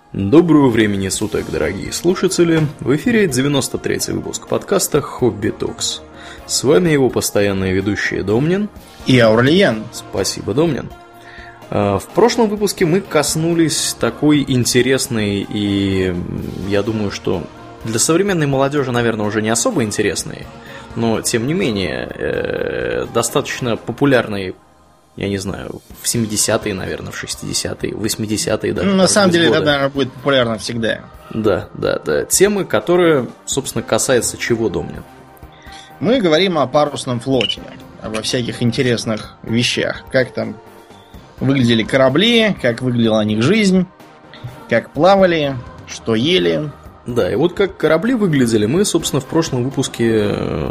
Доброго времени суток, дорогие слушатели! В эфире 93-й выпуск подкаста «Хобби Токс». С вами его постоянные ведущие Домнин и Аурлиен. Спасибо, Домнин. В прошлом выпуске мы коснулись такой интересной и, я думаю, что для современной молодежи, наверное, уже не особо интересной, но, тем не менее, достаточно популярной, я не знаю, в 70-е, наверное, в 60-е, в 80-е даже. На самом деле, это, наверное, будет популярно всегда. Да. Темы, которые, собственно, касаются чего, Домнин? Мы говорим о парусном флоте, обо всяких интересных вещах. Как там выглядели корабли, как выглядела о них жизнь, как плавали, что ели. Да, и вот как корабли выглядели, мы, собственно, в прошлом выпуске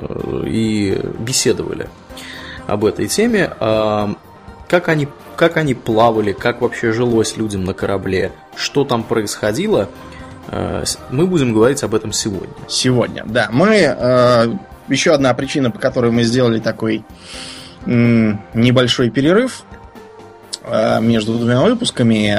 и беседовали об этой теме. Как они плавали, как вообще жилось людям на корабле, что там происходило, мы будем говорить об этом сегодня. Сегодня, да. Еще одна причина, по которой мы сделали такой небольшой перерыв между двумя выпусками,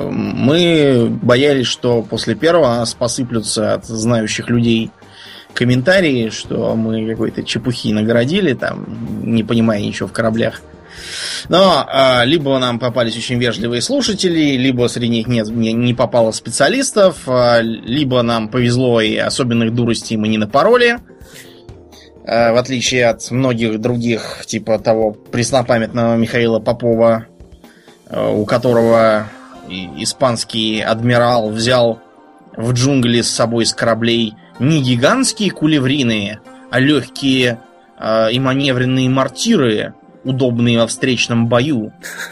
мы боялись, что после первого нас посыплются от знающих людей комментарии, что мы какой-то чепухи нагородили, там, не понимая ничего в кораблях. Но либо нам попались очень вежливые слушатели, либо среди них не попало специалистов, либо нам повезло и особенных дуростей мы не напороли. В отличие от многих других, типа того преснопамятного Михаила Попова, у которого испанский адмирал взял в джунгли с собой с кораблей не гигантские кулеврины, а легкие и маневренные мортиры, удобные во встречном бою.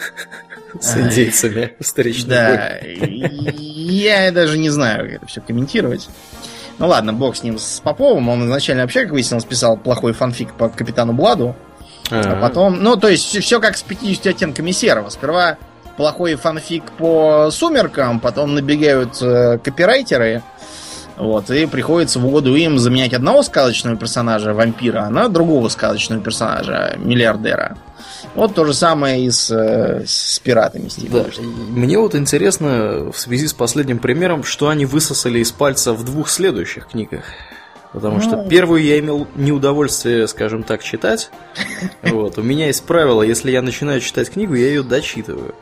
С индейцами встречный бой. Да, я даже не знаю, как это все комментировать. Ну ладно, бог с ним, с Поповым. Он изначально вообще, как выяснилось, писал плохой фанфик по Капитану Бладу. А потом, то есть все как с 50 оттенками серого. Сперва плохой фанфик по Сумеркам, потом набегают копирайтеры, и приходится в угоду им заменять одного сказочного персонажа, вампира, на другого сказочного персонажа, миллиардера. Вот то же самое и с пиратами. Да. Мне вот интересно, в связи с последним примером, что они высосали из пальца в двух следующих книгах. Потому что первую я имел неудовольствие, скажем так, читать. У меня есть правило, если я начинаю читать книгу, я ее дочитываю.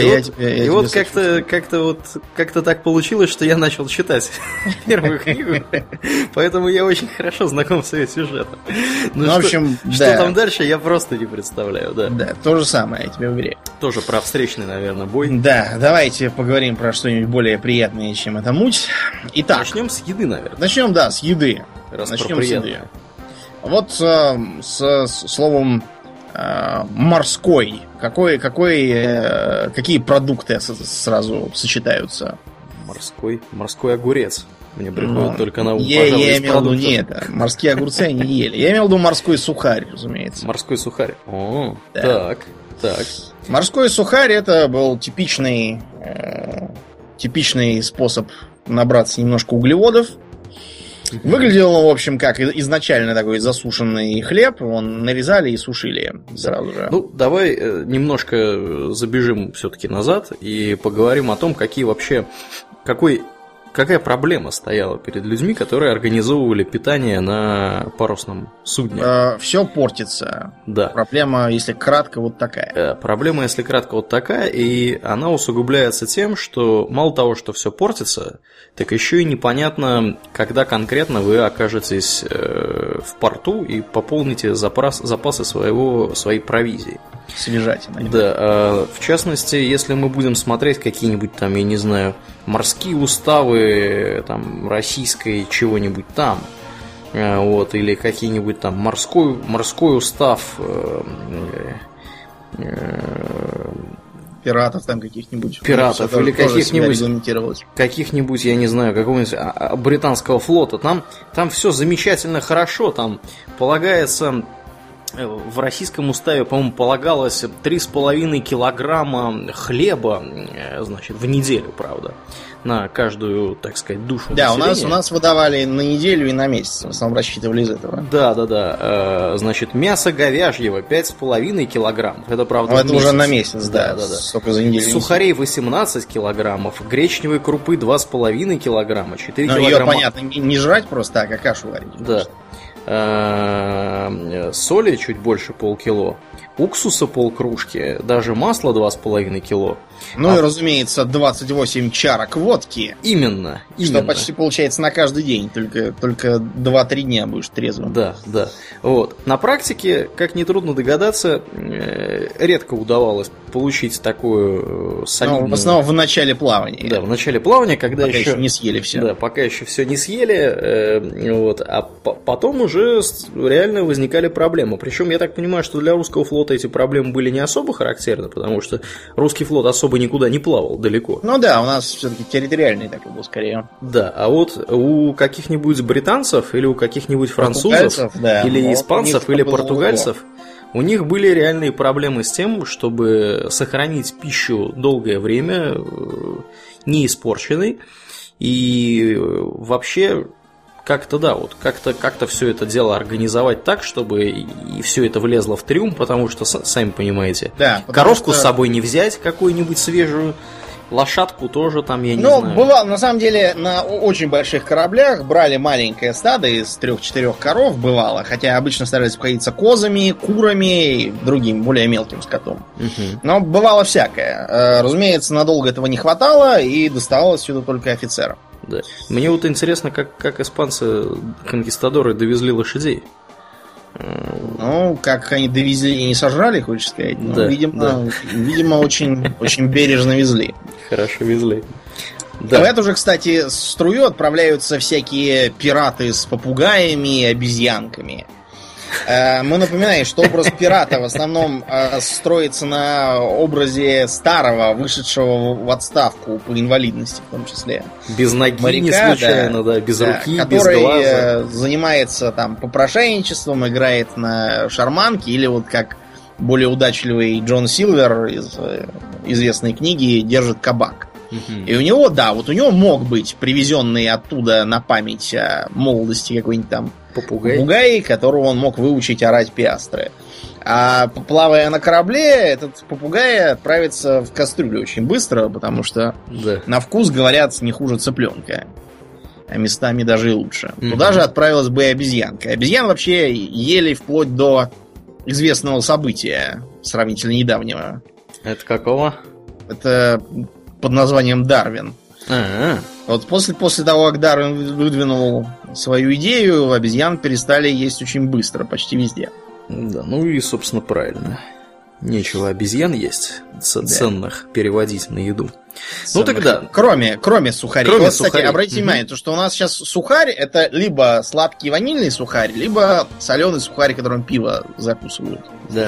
Как-то так получилось, что я начал читать первую книгу. Поэтому я очень хорошо знаком с ее сюжетом. Что там дальше, я просто не представляю. Да, то же самое, я тебе уверяю. Тоже про встречный, наверное, бой. Да, давайте поговорим про что-нибудь более приятное, чем эта муть. Итак. Начнем с еды, наверное. Начнем с еды. Начнем с еды. Вот с словом морской. Какие продукты сразу сочетаются? Морской огурец. Мне приходит только на ум. Я имел в виду не это. Морские огурцы они ели. Я имел в виду морской сухарь, разумеется. Морской сухарь. Да. Так. Морской сухарь это был типичный способ набраться немножко углеводов. Выглядел он, в общем, как изначально такой засушенный хлеб. Он нарезали и сушили сразу же. Давай немножко забежим все-таки назад и поговорим о том, какая проблема стояла перед людьми, которые организовывали питание на парусном судне. Все портится. Да. Проблема, если кратко, вот такая. И она усугубляется тем, что мало того, что все портится, так еще и непонятно, когда конкретно вы окажетесь в порту и пополните запасы своей провизии. Свежатина. Да, в частности, если мы будем смотреть какие-нибудь там, я не знаю, морские уставы там, российской чего-нибудь там, или какие-нибудь там морской устав пиратов там каких-нибудь. Пиратов или каких-нибудь, я не знаю, какого-нибудь британского флота. Там все замечательно хорошо, там полагается в российском уставе, по-моему, полагалось 3,5 килограмма хлеба, значит, в неделю, правда, на каждую, так сказать, душу населения. У нас выдавали на неделю и на месяц, в основном рассчитывали из этого. Да. Значит, мясо говяжьего 5,5 килограммов. Это, правда, это уже на месяц, да. Сколько за неделю? Сухарей 18 килограммов, гречневой крупы 2,5 килограмма, 4 килограмма. Ее, понятно, не жрать просто так, а кашу варить. Да. Соли чуть больше полкило, уксуса полкружки, даже масла 2,5 кило. Ну и, разумеется, 28 чарок водки. Именно. Что почти получается на каждый день, только 2-3 дня будешь трезвым. Да. Вот. На практике, как нетрудно догадаться, редко удавалось получить такую солидную... в основном в начале плавания. Да, в начале плавания, когда пока еще не съели все. Да, пока еще все не съели, вот, а потом уже реально возникали проблемы. Причем, я так понимаю, что для русского флота эти проблемы были не особо характерны, потому что русский флот особо никуда не плавал далеко. Ну да, у нас все-таки территориальный такой был скорее. Да, а вот у каких-нибудь британцев или у каких-нибудь французов, или испанцев, или португальцев, у них были реальные проблемы с тем, чтобы сохранить пищу долгое время не испорченной. И вообще как-то все это дело организовать так, чтобы и все это влезло в трюм, потому что, сами понимаете, коровку с собой не взять какую-нибудь свежую, лошадку тоже там, я не знаю. Бывало, на самом деле, на очень больших кораблях брали маленькое стадо из 3-4 коров, бывало, хотя обычно старались обходиться козами, курами и другим, более мелким скотом. Но бывало всякое. Разумеется, надолго этого не хватало, и доставалось сюда только офицерам. Да. Мне вот интересно, как испанцы-конкистадоры довезли лошадей. Ну, как они довезли и не сожрали, хочешь сказать? Ну, да, видимо, очень, очень бережно везли. Хорошо везли. Да. В эту же, кстати, струю отправляются всякие пираты с попугаями и обезьянками. Мы напоминаем, что образ пирата в основном строится на образе старого, вышедшего в отставку по инвалидности, в том числе. Без ноги, моряка, не случайно, без руки, который без глаза. Занимается там попрошайничеством, играет на шарманке, или вот как более удачливый Джон Силвер из известной книги держит кабак. И у него мог быть привезенный оттуда на память о молодости какой-нибудь там попугай, которого он мог выучить орать пиастры. А плавая на корабле, этот попугай отправится в кастрюлю очень быстро, потому что на вкус, говорят, не хуже цыпленка. А местами даже и лучше. Туда же отправилась бы и обезьянка. Обезьян вообще ели вплоть до известного события, сравнительно недавнего. Это какого? Это под названием Дарвин. Вот после того, как Дарвин выдвинул свою идею, обезьян перестали есть очень быстро, почти везде. Да, ну и, собственно, правильно. Нечего обезьян есть, ценных, переводить на еду. Ценных. Ну тогда... Кроме сухарей. Кстати, обратите внимание, то, что у нас сейчас сухарь, это либо сладкий ванильный сухарь, либо соленый сухарь, которым пиво закусывают. Да.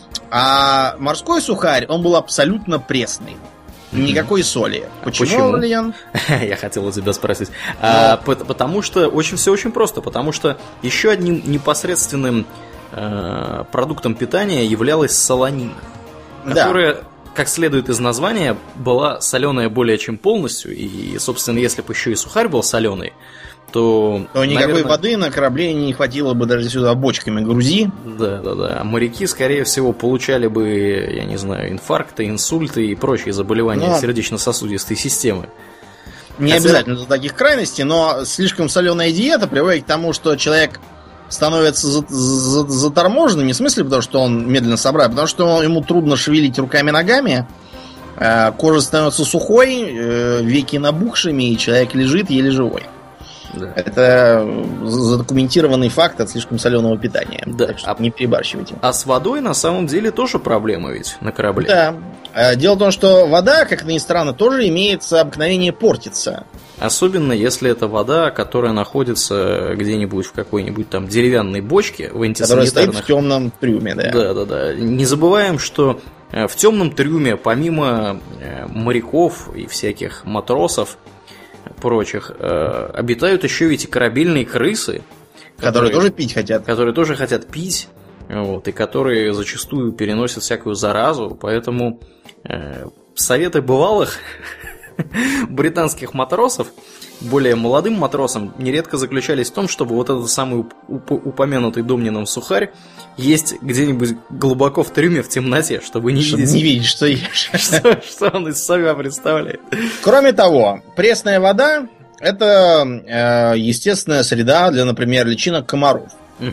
А морской сухарь, он был абсолютно пресный. Никакой соли. Почему, Ильян? Я хотел у тебя спросить. Потому что все очень просто. Потому что еще одним непосредственным продуктом питания являлась солонина, которая, как следует из названия, была соленая более чем полностью. И, собственно, если бы еще и сухарь был соленый, то никакой воды на корабле не хватило бы даже сюда бочками грузи. Да. А моряки, скорее всего, получали бы, я не знаю, инфаркты, инсульты и прочие заболевания сердечно-сосудистой системы. Не обязательно до таких крайностей, но слишком соленая диета приводит к тому, что человек становится заторможенным, не в смысле потому, что он медленно собрал, потому что ему трудно шевелить руками-ногами, кожа становится сухой, веки набухшими, и человек лежит еле живой. Да. Это задокументированный факт от слишком соленого питания. Да. Так что не перебарщивайте. А с водой на самом деле тоже проблема ведь на корабле. Да. Дело в том, что вода, как ни странно, тоже имеет обыкновение портиться. Особенно если это вода, которая находится где-нибудь в какой-нибудь там деревянной бочке в антисанитарных. Которая стоит в темном трюме, да. Да. Не забываем, что в темном трюме, помимо моряков и всяких матросов, прочих, обитают еще ведь и корабельные крысы, которые тоже пить хотят. Которые тоже хотят пить. вот, и которые зачастую переносят всякую заразу, поэтому советы бывалых британских матросов более молодым матросам нередко заключались в том, чтобы вот этот самый упомянутый Домнинов сухарь есть где-нибудь глубоко в трюме в темноте, чтобы не видеть, что ешь. Что он из себя представляет. Кроме того, пресная вода — это естественная среда для, например, личинок комаров,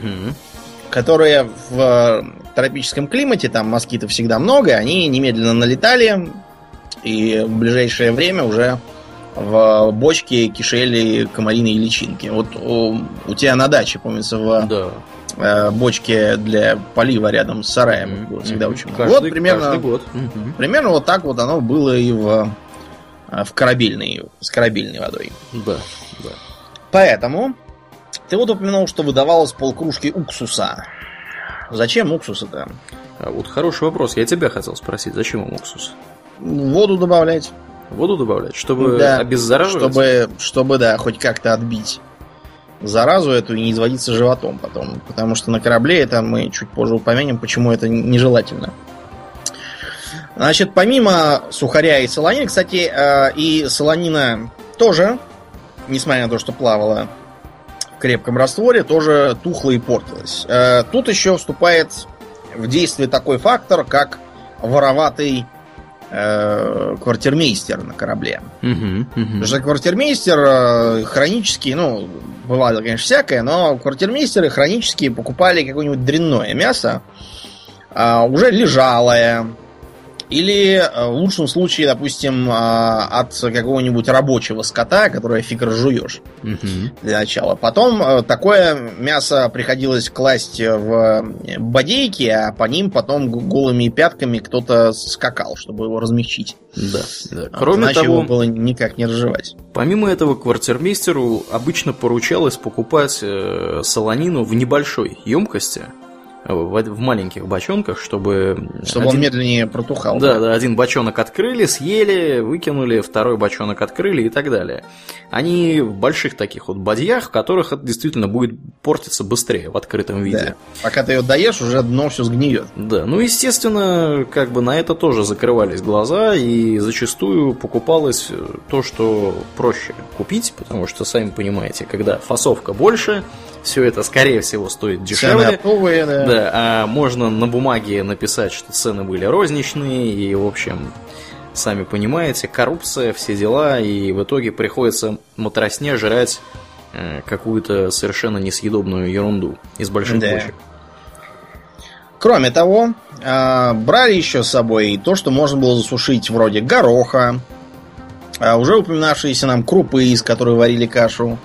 которые в тропическом климате, там москитов всегда много, они немедленно налетали, и в ближайшее время уже в бочке кишели комариные личинки. Вот у тебя на даче, помнится, в бочке для полива рядом с сараем было всегда очень много. Вот примерно вот так вот оно было и с корабельной водой. Да. Поэтому ты вот упомянул, что выдавалось полкружки уксуса. Зачем уксус-то? Вот хороший вопрос. Я тебя хотел спросить, зачем им уксус? Воду добавлять. Воду добавлять, чтобы обеззараживать? Чтобы, да, хоть как-то отбить заразу эту и не изводиться животом потом. Потому что на корабле, это мы чуть позже упомянем, почему это нежелательно. Значит, помимо сухаря и солонины, кстати, и солонина тоже, несмотря на то, что плавала в крепком растворе, тоже тухла и портилась. Тут еще вступает в действие такой фактор, как вороватый квартирмейстер на корабле. Потому что квартирмейстер хронически, бывало, конечно, всякое, но квартирмейстеры хронически покупали какое-нибудь дрянное мясо, уже лежалое, или в лучшем случае, допустим, от какого-нибудь рабочего скота, которое фиг разжуешь для начала. Потом такое мясо приходилось класть в бодейки, а по ним потом голыми пятками кто-то скакал, чтобы его размягчить. Да. Кроме того, его было никак не разжевать. Помимо этого, квартирмейстеру обычно поручалось покупать солонину в небольшой емкости, в маленьких бочонках, чтобы он медленнее протухал. Да, один бочонок открыли, съели, выкинули, второй бочонок открыли и так далее. Они в больших таких вот бадьях, в которых это действительно будет портиться быстрее в открытом виде. Да. Пока ты ее доешь, уже дно все сгниет. Да, естественно, на это тоже закрывались глаза, и зачастую покупалось то, что проще купить, потому что, сами понимаете, когда фасовка больше, все это, скорее всего, стоит дешевле. Да, а можно на бумаге написать, что цены были розничные, и, в общем, сами понимаете, коррупция, все дела, и в итоге приходится матросне жрать какую-то совершенно несъедобную ерунду из больших бочек. Кроме того, брали еще с собой то, что можно было засушить, вроде гороха, уже упоминавшиеся нам крупы, из которой варили кашу.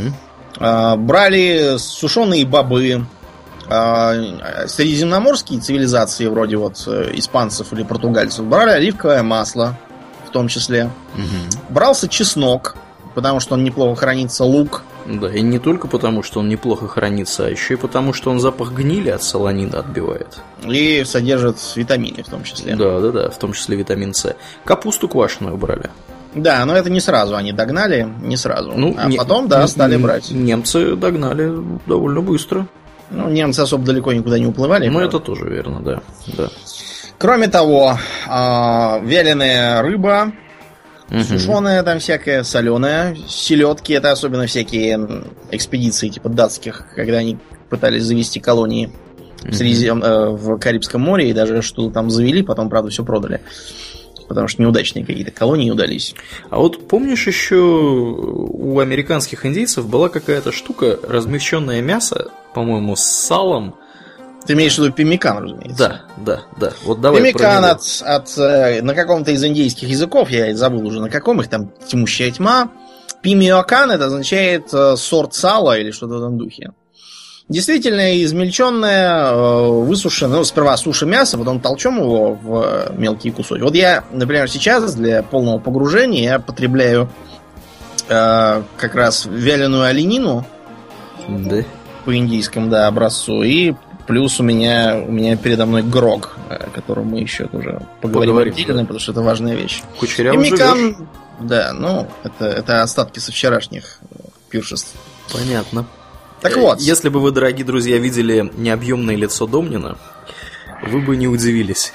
Брали сушеные бобы. Средиземноморские цивилизации, вроде испанцев или португальцев, брали оливковое масло, в том числе. Брался чеснок, потому что он неплохо хранится, лук. Да, и не только потому, что он неплохо хранится, а еще и потому, что он запах гнили от солонины отбивает. И содержит витамины, в том числе. Да, в том числе витамин С. Капусту квашеную брали. Да, но это не сразу они догнали, не сразу. Потом, стали брать. Немцы догнали довольно быстро. Немцы особо далеко никуда не уплывали. Это тоже верно, да. Кроме того, вяленая рыба, сушеная там всякая, соленая, селедки, это особенно всякие экспедиции типа датских, когда они пытались завести колонии в Карибском море и даже что-то там завели, потом, правда, все продали. Потому что неудачные какие-то колонии удались. А вот помнишь, еще у американских индейцев была какая-то штука, размягченное мясо, по-моему, с салом. Ты имеешь в виду пеммикан, разумеется? Да. Вот давай пеммикан на каком-то из индейских языков, я забыл уже на каком, их там тьмущая тьма. Пимиокан — это означает сорт сала или что-то в этом духе. Действительно, измельченное, высушенное, сперва сушим мясо, потом толчем его в мелкие кусочки. Вот я, например, сейчас для полного погружения я потребляю как раз вяленую оленину по индийскому образцу, и плюс у меня передо мной грог, о котором мы еще тоже поговорим отдельно, потому что это важная вещь. Кучеряво живешь. Да, это остатки со вчерашних пиршеств. Понятно. Так вот. Если бы вы, дорогие друзья, видели необъемное лицо Домнина, вы бы не удивились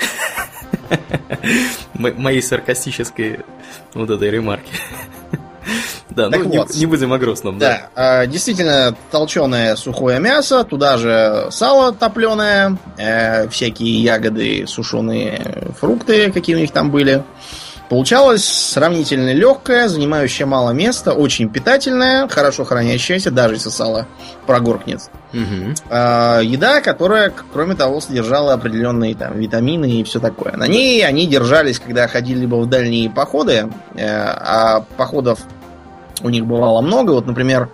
моей саркастической вот этой ремарки. Да, ну не будем о грустном. Да, действительно, толченое сухое мясо, туда же сало топленое, всякие ягоды, сушеные фрукты, какие у них там были. Получалось сравнительно легкое, занимающее мало места, очень питательное, хорошо хранящееся, даже если сало прогоркнет. Еда, которая, кроме того, содержала определенные там витамины и все такое. На ней они держались, когда ходили либо в дальние походы, а походов у них бывало много. Вот, например,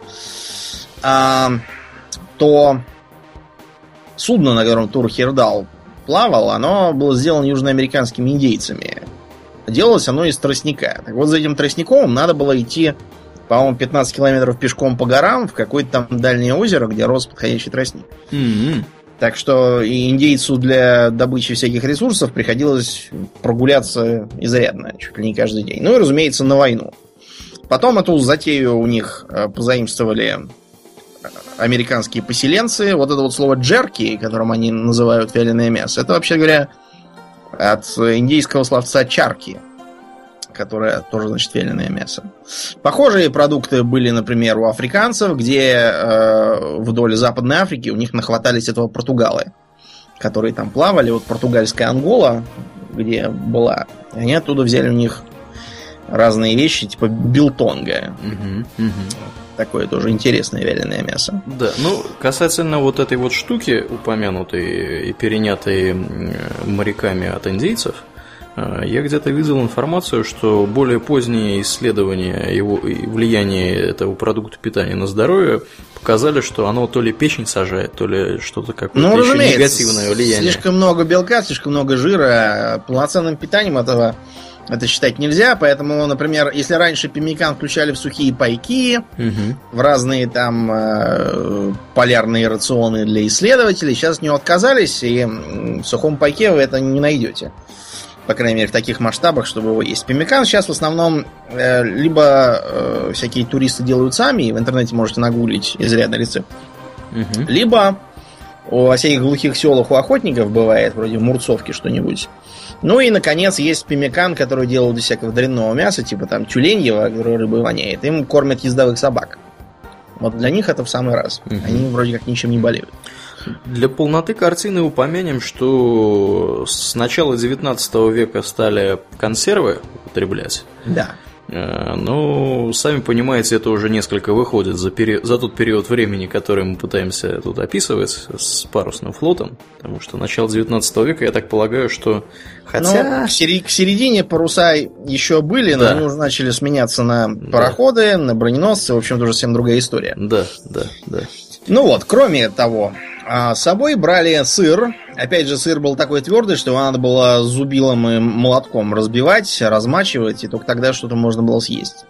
то судно, на котором Тур Хейрдал плавал, оно было сделано южноамериканскими индейцами. Делалось оно из тростника. Так вот, за этим тростником надо было идти, по-моему, 15 километров пешком по горам в какое-то там дальнее озеро, где рос подходящий тростник. Так что и индейцу для добычи всяких ресурсов приходилось прогуляться изрядно, чуть ли не каждый день. Ну и, разумеется, на войну. Потом эту затею у них позаимствовали американские поселенцы. Вот это вот слово «джерки», которым они называют вяленое мясо, это, вообще говоря, от индейского словца «чарки», которое тоже значит вяленое мясо. Похожие продукты были, например, у африканцев, где вдоль Западной Африки у них нахватались этого португалы, которые там плавали. Вот португальская Ангола, где была, они оттуда взяли у них разные вещи, типа билтонга. Такое тоже интересное вяленое мясо. Да, ну, касательно вот этой вот штуки, упомянутой и перенятой моряками от индейцев, я где-то видел информацию, что более поздние исследования его влияния этого продукта питания на здоровье показали, что оно то ли печень сажает, то ли что-то какое-то еще негативное влияние. Слишком много белка, слишком много жира. Полноценным питанием это считать нельзя, поэтому, например, если раньше пеммикан включали в сухие пайки, в разные там полярные рационы для исследователей, сейчас от него отказались, и в сухом пайке вы это не найдете. По крайней мере, в таких масштабах, чтобы его есть. Пеммикан сейчас в основном либо всякие туристы делают сами, и в интернете можете нагуглить изрядно рецепт, либо во всяких глухих селах у охотников бывает, вроде в Мурцовке что-нибудь. Ну и, наконец, есть пеммикан, который делают из всякого дрянного мяса, типа там тюленьего, который рыбой воняет. Им кормят ездовых собак. Вот для них это в самый раз. Они вроде как ничем не болеют. Для полноты картины упомянем, что с начала 19 века стали консервы употреблять. Да. Ну, сами понимаете, это уже несколько выходит за тот период времени, который мы пытаемся тут описывать с парусным флотом. Потому что начало 19 века, я так полагаю, что хотя... Ну, к середине паруса еще были, но они уже начали сменяться на пароходы, на броненосцы. В общем, это уже совсем другая история. Да. Ну вот, кроме того, с собой брали сыр. Опять же, сыр был такой твердый, что его надо было зубилом и молотком разбивать, размачивать, и только тогда что-то можно было съесть.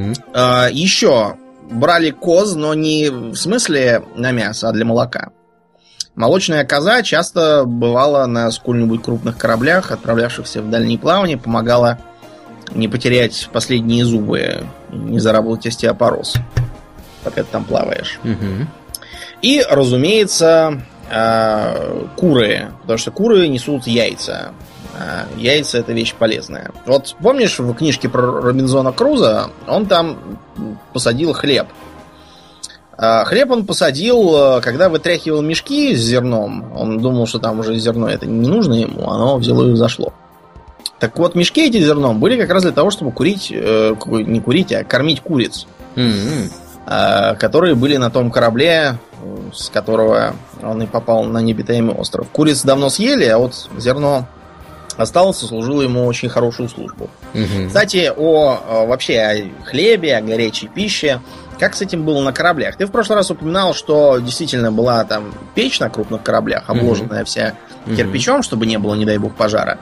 Еще брали коз, но не в смысле на мясо, а для молока. Молочная коза часто бывала на сколь-нибудь крупных кораблях, отправлявшихся в дальние плавания, помогала не потерять последние зубы, не заработать остеопороз, пока ты там плаваешь. И, разумеется, куры, потому что куры несут яйца. Яйца — это вещь полезная. Вот помнишь, в книжке про Робинзона Круза он там посадил хлеб. Хлеб он посадил, когда вытряхивал мешки с зерном. Он думал, что там уже зерно это не нужно ему, оно взяло и взошло. Так вот, мешки эти с зерном были как раз для того, чтобы кормить куриц. Которые были на том корабле, с которого он и попал на необитаемый остров. Куриц давно съели, а вот зерно осталось и служило ему очень хорошую службу. Кстати, вообще о хлебе, о горячей пище. Как с этим было на кораблях? Ты в прошлый раз упоминал, что действительно была там печь на крупных кораблях, обложенная вся кирпичом, чтобы не было, не дай бог, пожара.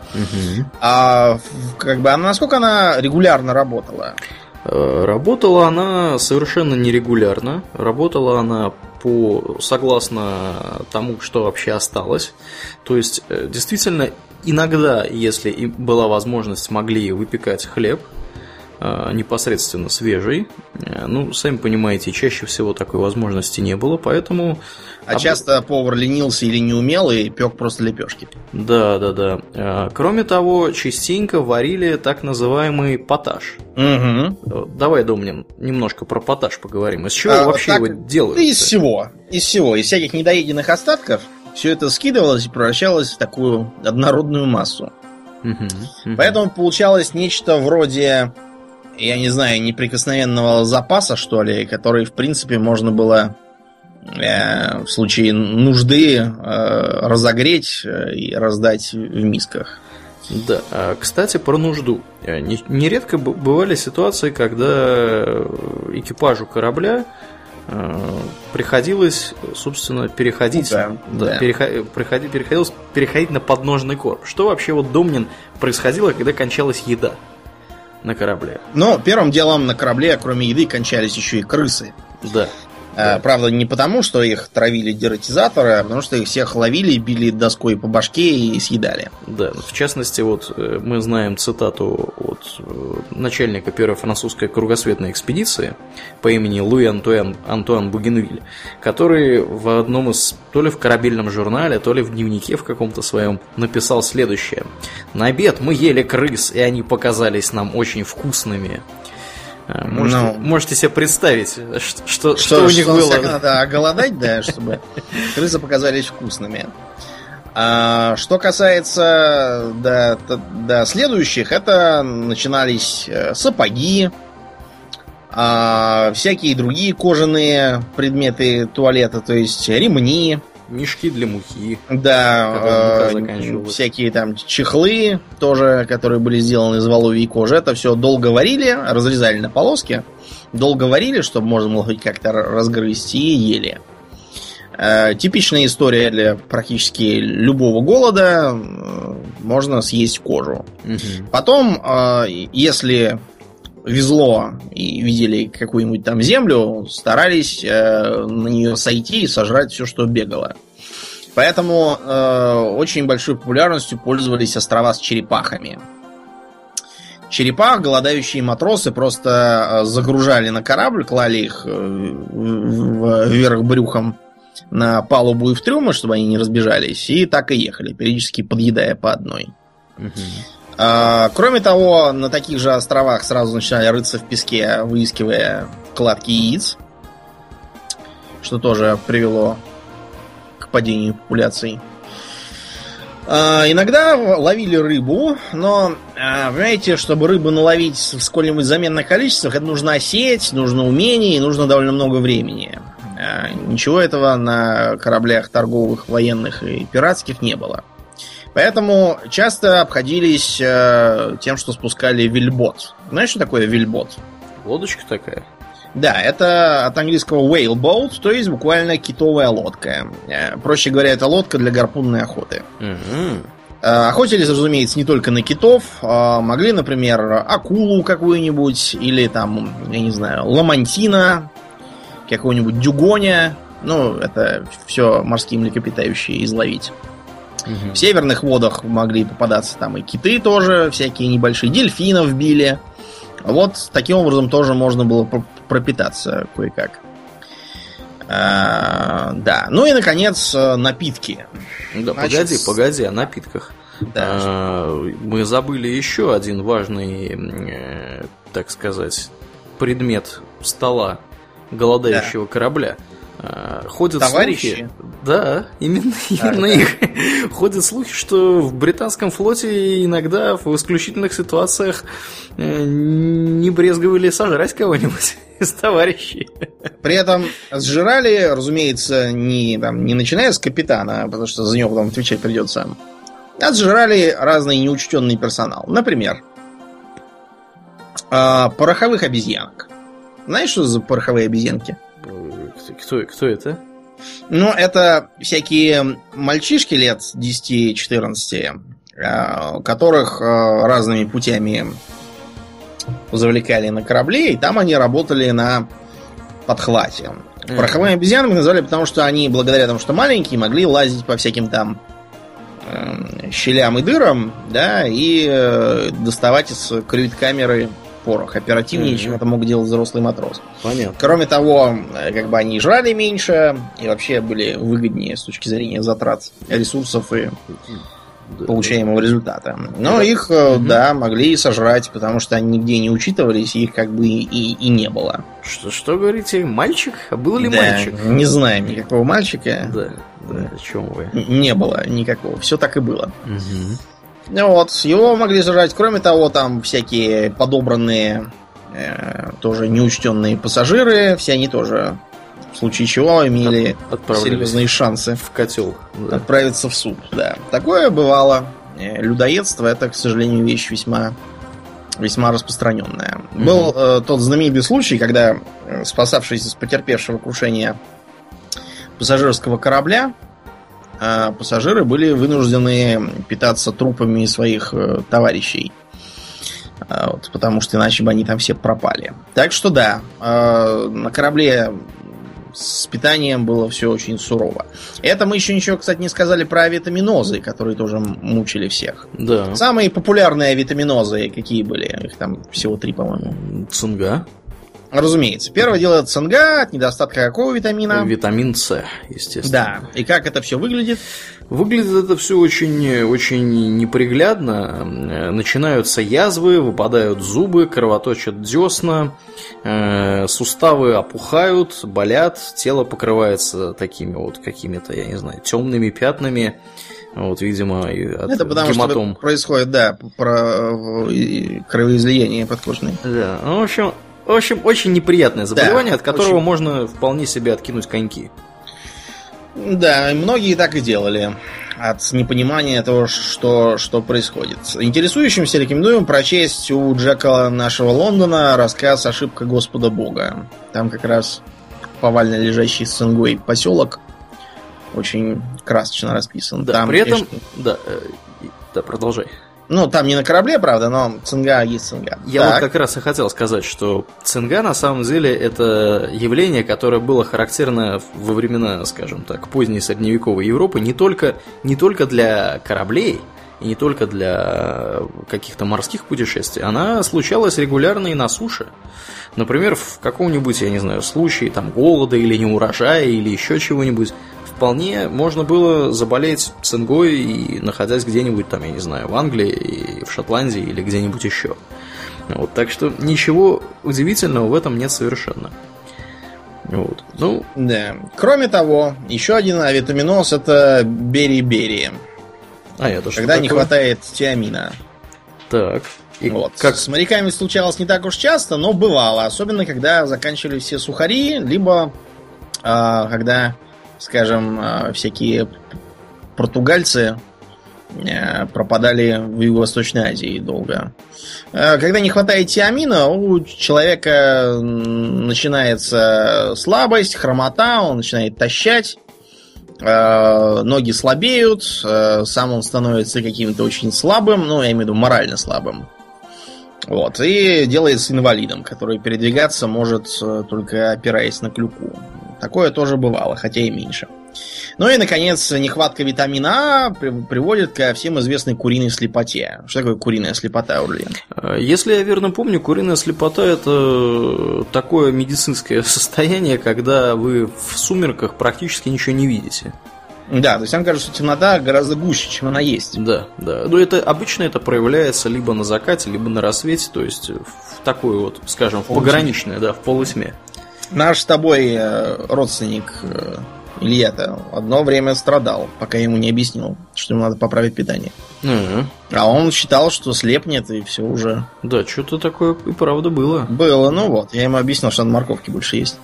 А насколько она регулярно работала? Работала она совершенно нерегулярно. Работала она согласно тому, что вообще осталось. То есть, действительно, иногда, если была возможность, могли выпекать хлеб. непосредственно свежий. Ну, сами понимаете, чаще всего такой возможности не было, поэтому... часто повар ленился или не умел и пек просто лепешки. Да. Кроме того, частенько варили так называемый поташ. Угу. Давай, Домнин, немножко про поташ поговорим. Из чего вообще его делают? Из всего. Из всяких недоеденных остатков. Все это скидывалось и превращалось в такую однородную массу. Поэтому получалось нечто вроде, я не знаю, неприкосновенного запаса, что ли, который, в принципе, можно было в случае нужды разогреть и раздать в мисках. Да, кстати, про нужду. Нередко бывали ситуации, когда экипажу корабля приходилось, собственно, переходить, приходилось переходить на подножный корм. Что вообще, вот, Домнин, происходило, когда кончалась еда на корабле? Ну, первым делом на корабле, кроме еды, кончались еще и крысы. Да. Правда, не потому, что их травили дератизаторы, а потому, что их всех ловили, били доской по башке и съедали. Да, в частности, вот мы знаем цитату от начальника первой французской кругосветной экспедиции по имени Луи Антуан Бугенвиль, который в одном из, то ли в корабельном журнале, то ли в дневнике в каком-то своем написал следующее: «На обед мы ели крыс, и они показались нам очень вкусными». Можете себе представить, что у них было. Надо оголодать, да, чтобы крысы показались вкусными. Что касается следующих, это начинались сапоги, всякие другие кожаные предметы туалета, то есть ремни. Мешки для мухи. Да, всякие там чехлы тоже, которые были сделаны из воловьей кожи. Это все долго варили, разрезали на полоски, долго варили, чтобы можно было хоть как-то разгрызть, и ели. Типичная история для практически любого голода. Можно съесть кожу. Угу. Потом, если везло и видели какую-нибудь там землю, старались на нее сойти и сожрать все, что бегало. Поэтому очень большой популярностью пользовались острова с черепахами. Черепах голодающие матросы просто загружали на корабль, клали их вверх брюхом на палубу и в трюмы, чтобы они не разбежались, и так и ехали, периодически подъедая по одной. Кроме того, на таких же островах сразу начинали рыться в песке, выискивая кладки яиц, что тоже привело к падению популяций. Иногда ловили рыбу, но, понимаете, чтобы рыбу наловить в сколь-нибудь заменных количествах, это нужно сеять, нужно умение и нужно довольно много времени. Ничего этого на кораблях торговых, военных и пиратских не было. Поэтому часто обходились тем, что спускали вельбот. Знаешь, что такое вельбот? Лодочка такая? Да, это от английского whale boat, то есть буквально китовая лодка. Проще говоря, это лодка для гарпунной охоты. Охотились, разумеется, не только на китов. Могли, например, акулу какую-нибудь, или там, я не знаю, ламантина, какого-нибудь дюгоня. Ну, это все морские млекопитающие изловить. В северных водах могли попадаться там и киты тоже, всякие небольшие, дельфинов били. Вот таким образом тоже можно было пропитаться кое-как. Да. Ну и, наконец, напитки. Да, значит, погоди, о напитках. Да. Мы забыли еще один важный, так сказать, предмет стола голодающего корабля. Ходят товарищи? Слухи, да, именно их. Ходят слухи, что в британском флоте иногда в исключительных ситуациях не брезговали сожрать кого-нибудь из товарищей. При этом сжирали, разумеется, не начиная с капитана, потому что за него потом отвечать придется, а сжирали разный неучтенный персонал. Например, пороховых обезьянок. Знаешь, что за пороховые обезьянки? Кто это? Ну, это всякие мальчишки лет 10-14, которых разными путями завлекали на корабле, и там они работали на подхвате. Пороховыми обезьянами назвали, потому что они, благодаря тому, что маленькие, могли лазить по всяким там щелям и дырам, да, и доставать из кают-камеры порох. Оперативнее, чем это мог делать взрослый матрос. Понятно. Кроме того, как бы они жрали меньше и вообще были выгоднее с точки зрения затрат ресурсов и получаемого результата. Но их, да, могли и сожрать, потому что они нигде не учитывались, их как бы и не было. Что говорите, мальчик? А был ли да, мальчик? Не знаем никакого мальчика. Да, о чем вы? Не было никакого, все так и было. Угу. Вот, его могли сожрать. Кроме того, там всякие подобранные, тоже неучтенные пассажиры, все они тоже, в случае чего, имели серьезные шансы в котел, да. Отправиться в суд. Да. Такое бывало. Людоедство — это, к сожалению, вещь весьма распространенная. Был тот знаменитый случай, когда, спасавшись из потерпевшего крушения пассажирского корабля, пассажиры были вынуждены питаться трупами своих товарищей. Вот, потому что иначе бы они там все пропали. Так что да, на корабле с питанием было все очень сурово. Это мы еще ничего, кстати, не сказали про авитаминозы, которые тоже мучили всех. Да. Самые популярные авитаминозы какие были? Их там всего 3, по-моему. Цинга. Разумеется. Первое дело — цинга, от недостатка какого витамина? Витамин С, естественно. Да. И как это все выглядит? Выглядит это все очень, очень неприглядно. Начинаются язвы, выпадают зубы, кровоточат десна, суставы опухают, болят, тело покрывается такими вот какими-то, я не знаю, темными пятнами. Вот, видимо, от это потому гематом. Что происходит, да, кровоизлияние подкожное. Да, ну, в общем, очень неприятное заболевание, да, от которого очень... можно вполне себе откинуть коньки. Да, многие так и делали. От непонимания того, что происходит. Интересующимся рекомендуем прочесть у Джека нашего Лондона рассказ «Ошибка Господа Бога». Там как раз повально лежащий с цингой поселок очень красочно расписан. Да, там, при этом... Да, продолжай. Ну, там не на корабле, правда, но цинга есть цинга. Я так. Вот как раз и хотел сказать, что цинга на самом деле это явление, которое было характерно во времена, скажем так, поздней средневековой Европы не только для кораблей и не только для каких-то морских путешествий. Она случалась регулярно и на суше. Например, в каком-нибудь, я не знаю, случае там голода или неурожая или еще чего-нибудь, вполне можно было заболеть цингой и находясь где-нибудь там, я не знаю, в Англии, и в Шотландии или где-нибудь еще. Вот, так что ничего удивительного в этом нет совершенно. Вот. Ну, да. Кроме того, еще один авитаминоз — это бери-бери. Когда не хватает тиамина. Так. И вот. Как с моряками случалось не так уж часто, но бывало. Особенно, когда заканчивались все сухари, либо когда, скажем, всякие португальцы пропадали в Юго-Восточной Азии долго. Когда не хватает тиамина, у человека начинается слабость, хромота, он начинает тащать, ноги слабеют, сам он становится каким-то очень слабым, ну, я имею в виду морально слабым. Вот, и делается инвалидом, который передвигаться может только опираясь на клюку. Такое тоже бывало, хотя и меньше. Ну и, наконец, нехватка витамина А приводит ко всем известной куриной слепоте. Что такое куриная слепота, Урлен? Если я верно помню, куриная слепота – это такое медицинское состояние, когда вы в сумерках практически ничего не видите. Да, то есть нам кажется, что темнота гораздо гуще, чем она есть. Да, да. Но это обычно это проявляется либо на закате, либо на рассвете, то есть в такой вот, скажем, в пограничное, да, в полутьме. Наш с тобой родственник Илья-то одно время страдал, пока ему не объяснил, что ему надо поправить питание. А он считал, что слепнет, и все уже. Да, что-то такое и правда было. Было, ну вот. Я ему объяснил, что надо морковки больше есть.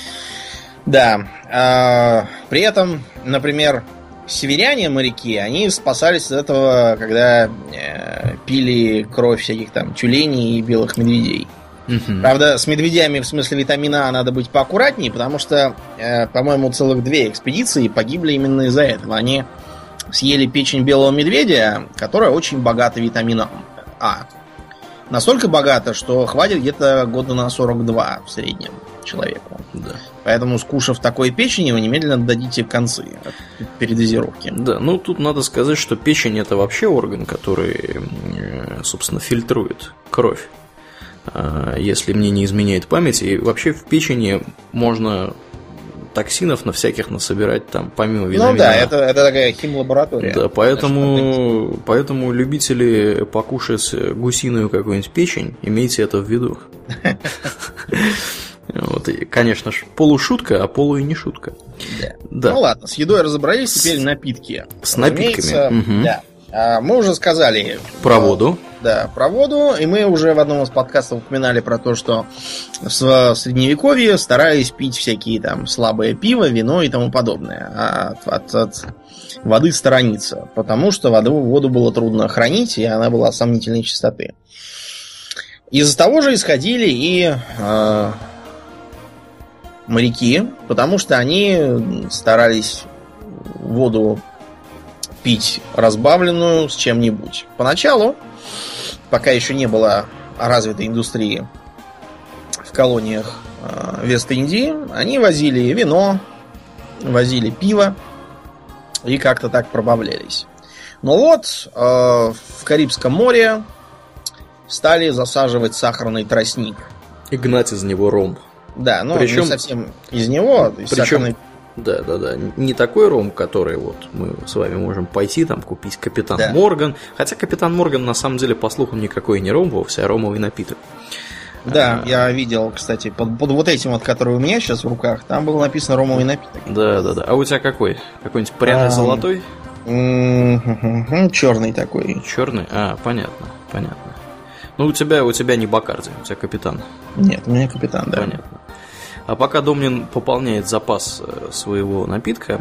Да. При этом, например, северяне-моряки, они спасались от этого, когда пили кровь всяких там тюленей и белых медведей. Правда, с медведями в смысле витамина А надо быть поаккуратнее, потому что, по-моему, целых 2 экспедиции погибли именно из-за этого. Они съели печень белого медведя, которая очень богата витамином А. Настолько богата, что хватит где-то года на 42 в среднем человеку. Да. Поэтому, скушав такой печени, вы немедленно дадите концы от передозировки. Да, ну тут надо сказать, что печень — это вообще орган, который, собственно, фильтрует кровь. если мне не изменяет память. И вообще в печени можно токсинов на всяких насобирать там, помимо витамина. Ну да, это такая химлаборатория. Да, поэтому любители покушать гусиную какую-нибудь печень, имейте это в виду. Вот, и, конечно ж, полушутка, а полу и не шутка. Да. Ну ладно, с едой разобрались, теперь напитки. С напитками. Да. Мы уже сказали про воду. Да, про воду. И мы уже в одном из подкастов упоминали про то, что в Средневековье старались пить всякие там слабое пиво, вино и тому подобное. А от воды сторониться. Потому что воду было трудно хранить, и она была сомнительной чистоты. Из-за того же исходили и моряки, потому что они старались воду пить разбавленную с чем-нибудь. Поначалу, пока еще не было развитой индустрии в колониях Вест-Индии, они возили вино, возили пиво и как-то так пробавлялись. Но вот в Карибском море стали засаживать сахарный тростник. И гнать из него ром. Да, но причем, не совсем из него. Причем, да. Не такой ром, который вот мы с вами можем пойти там купить Капитан Морган. Хотя Капитан Морган на самом деле, по слухам, никакой не ром вовсе, а ромовый напиток. Да, я видел, кстати, под вот этим вот, который у меня сейчас в руках, там было написано ромовый напиток. Да. А у тебя какой? Какой-нибудь пряный золотой? Черный такой. Черный? Понятно. Ну, у тебя не Бакарди, у тебя Капитан. Нет, у меня Капитан, да. Понятно. А пока Домнин пополняет запас своего напитка,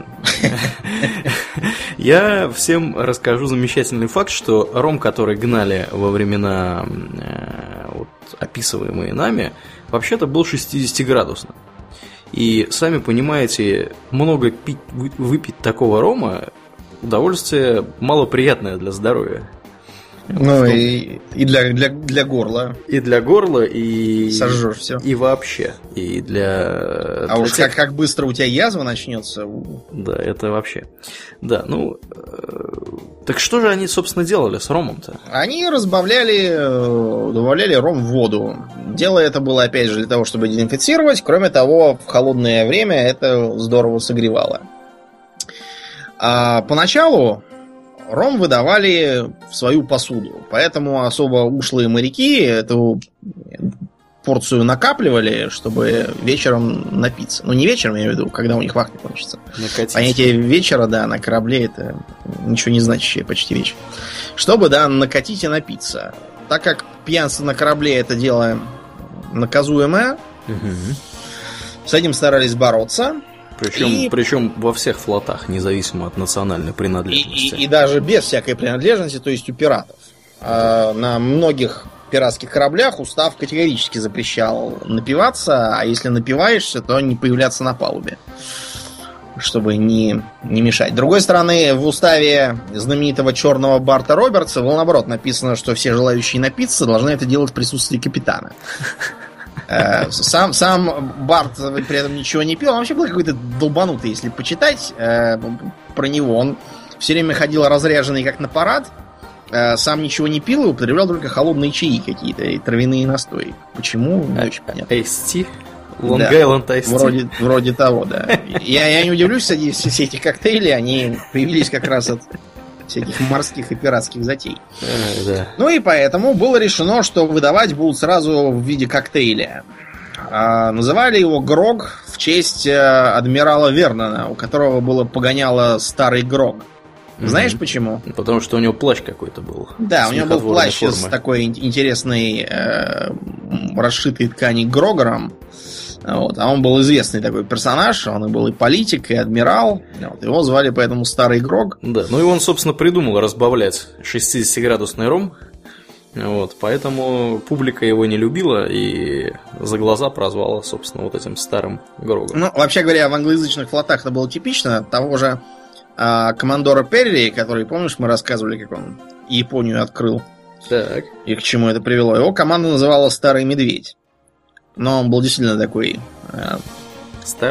я всем расскажу замечательный факт, что ром, который гнали во времена, описываемые нами, вообще-то был 60-градусным. И, сами понимаете, много выпить такого рома удовольствие малоприятное для здоровья. Ну и для горла. И для горла, и... Сожжешь все. И вообще. И для... А уж как быстро у тебя язва начнется. Да, это вообще. Да, так что же они, собственно, делали с ромом-то? Они добавляли ром в воду. Дело это было, опять же, для того, чтобы дезинфицировать. Кроме того, в холодное время это здорово согревало. А поначалу ром выдавали в свою посуду. Поэтому особо ушлые моряки эту порцию накапливали, чтобы вечером напиться. Ну, не вечером, я имею в виду, когда у них вахта кончится. Понятие вечера, да, на корабле это ничего не значащее почти вещь. Чтобы, да, накатить и напиться. Так как пьянство на корабле это дело наказуемое, с этим старались бороться. Причем во всех флотах, независимо от национальной принадлежности. И даже без всякой принадлежности, то есть у пиратов. На многих пиратских кораблях устав категорически запрещал напиваться, а если напиваешься, то не появляться на палубе, чтобы не мешать. С другой стороны, в уставе знаменитого черного Барта Робертса было наоборот написано, что все желающие напиться должны это делать в присутствии капитана. Сам Барт при этом ничего не пил. Он вообще был какой-то долбанутый, если почитать про него. Он все время ходил разряженный как на парад. Сам ничего не пил и употреблял только холодные чаи какие-то и травяные настои. Почему? Не очень понятно. Ice-Tea? Long Island Ice Tea? Вроде того, да. Я не удивлюсь, кстати, все эти коктейли, они появились как раз от всяких морских и пиратских затей. Да. Ну и поэтому было решено, что выдавать будут сразу в виде коктейля. Называли его Грог в честь адмирала Вернона, у которого было погоняло старый Грог. Знаешь почему? Потому что у него плащ какой-то был. Да, у него был плащ с такой интересной расшитой ткани Грогором. Вот. А он был известный такой персонаж, он и был и политик, и адмирал. Вот. Его звали поэтому Старый Грог. Да, ну и он, собственно, придумал разбавлять 60-градусный ром. Вот, поэтому публика его не любила и за глаза прозвала, собственно, вот этим Старым Грогом. Ну, вообще говоря, в англоязычных флотах это было типично. Того же командора Перри, который, помнишь, мы рассказывали, как он Японию открыл. Так. И к чему это привело. Его команда называла Старый Медведь. Но он был действительно такой... Старый?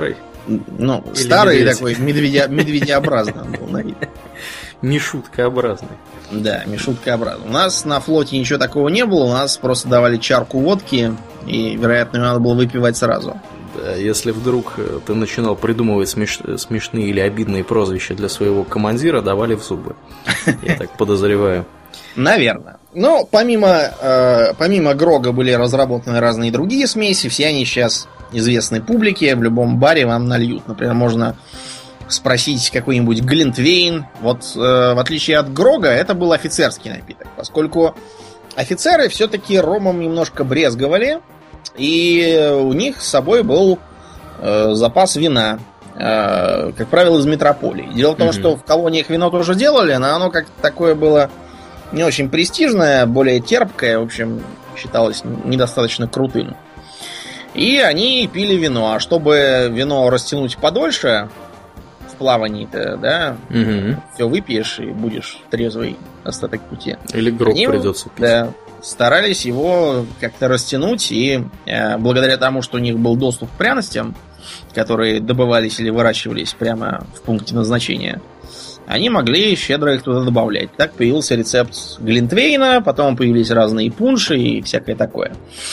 Ну, Или старый медведь. такой, медведеобразный он был на вид. Мишуткообразный. Да, мишуткообразный. У нас на флоте ничего такого не было, у нас просто давали чарку водки, и, вероятно, надо было выпивать сразу. Да, если вдруг ты начинал придумывать смешные или обидные прозвища для своего командира, давали в зубы. Я так подозреваю. Наверное. Но помимо Грога были разработаны разные другие смеси, все они сейчас известны публике, в любом баре вам нальют. Например, можно спросить какой-нибудь глинтвейн. Вот в отличие от Грога, это был офицерский напиток, поскольку офицеры все-таки ромом немножко брезговали, и у них с собой был запас вина, как правило, из метрополии. Дело в том, что в колониях вино тоже делали, но оно как-то такое было не очень престижное, более терпкое, в общем, считалось недостаточно крутым. И они пили вино, а чтобы вино растянуть подольше в плавании-то, да, все выпьешь и будешь трезвый остаток пути. Или Грог придется пить. Да, старались его как-то растянуть, и благодаря тому, что у них был доступ к пряностям, которые добывались или выращивались прямо в пункте назначения, они могли щедро их туда добавлять. Так появился рецепт глинтвейна, потом появились разные пунши и всякое такое.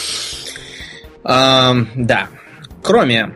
Да. Кроме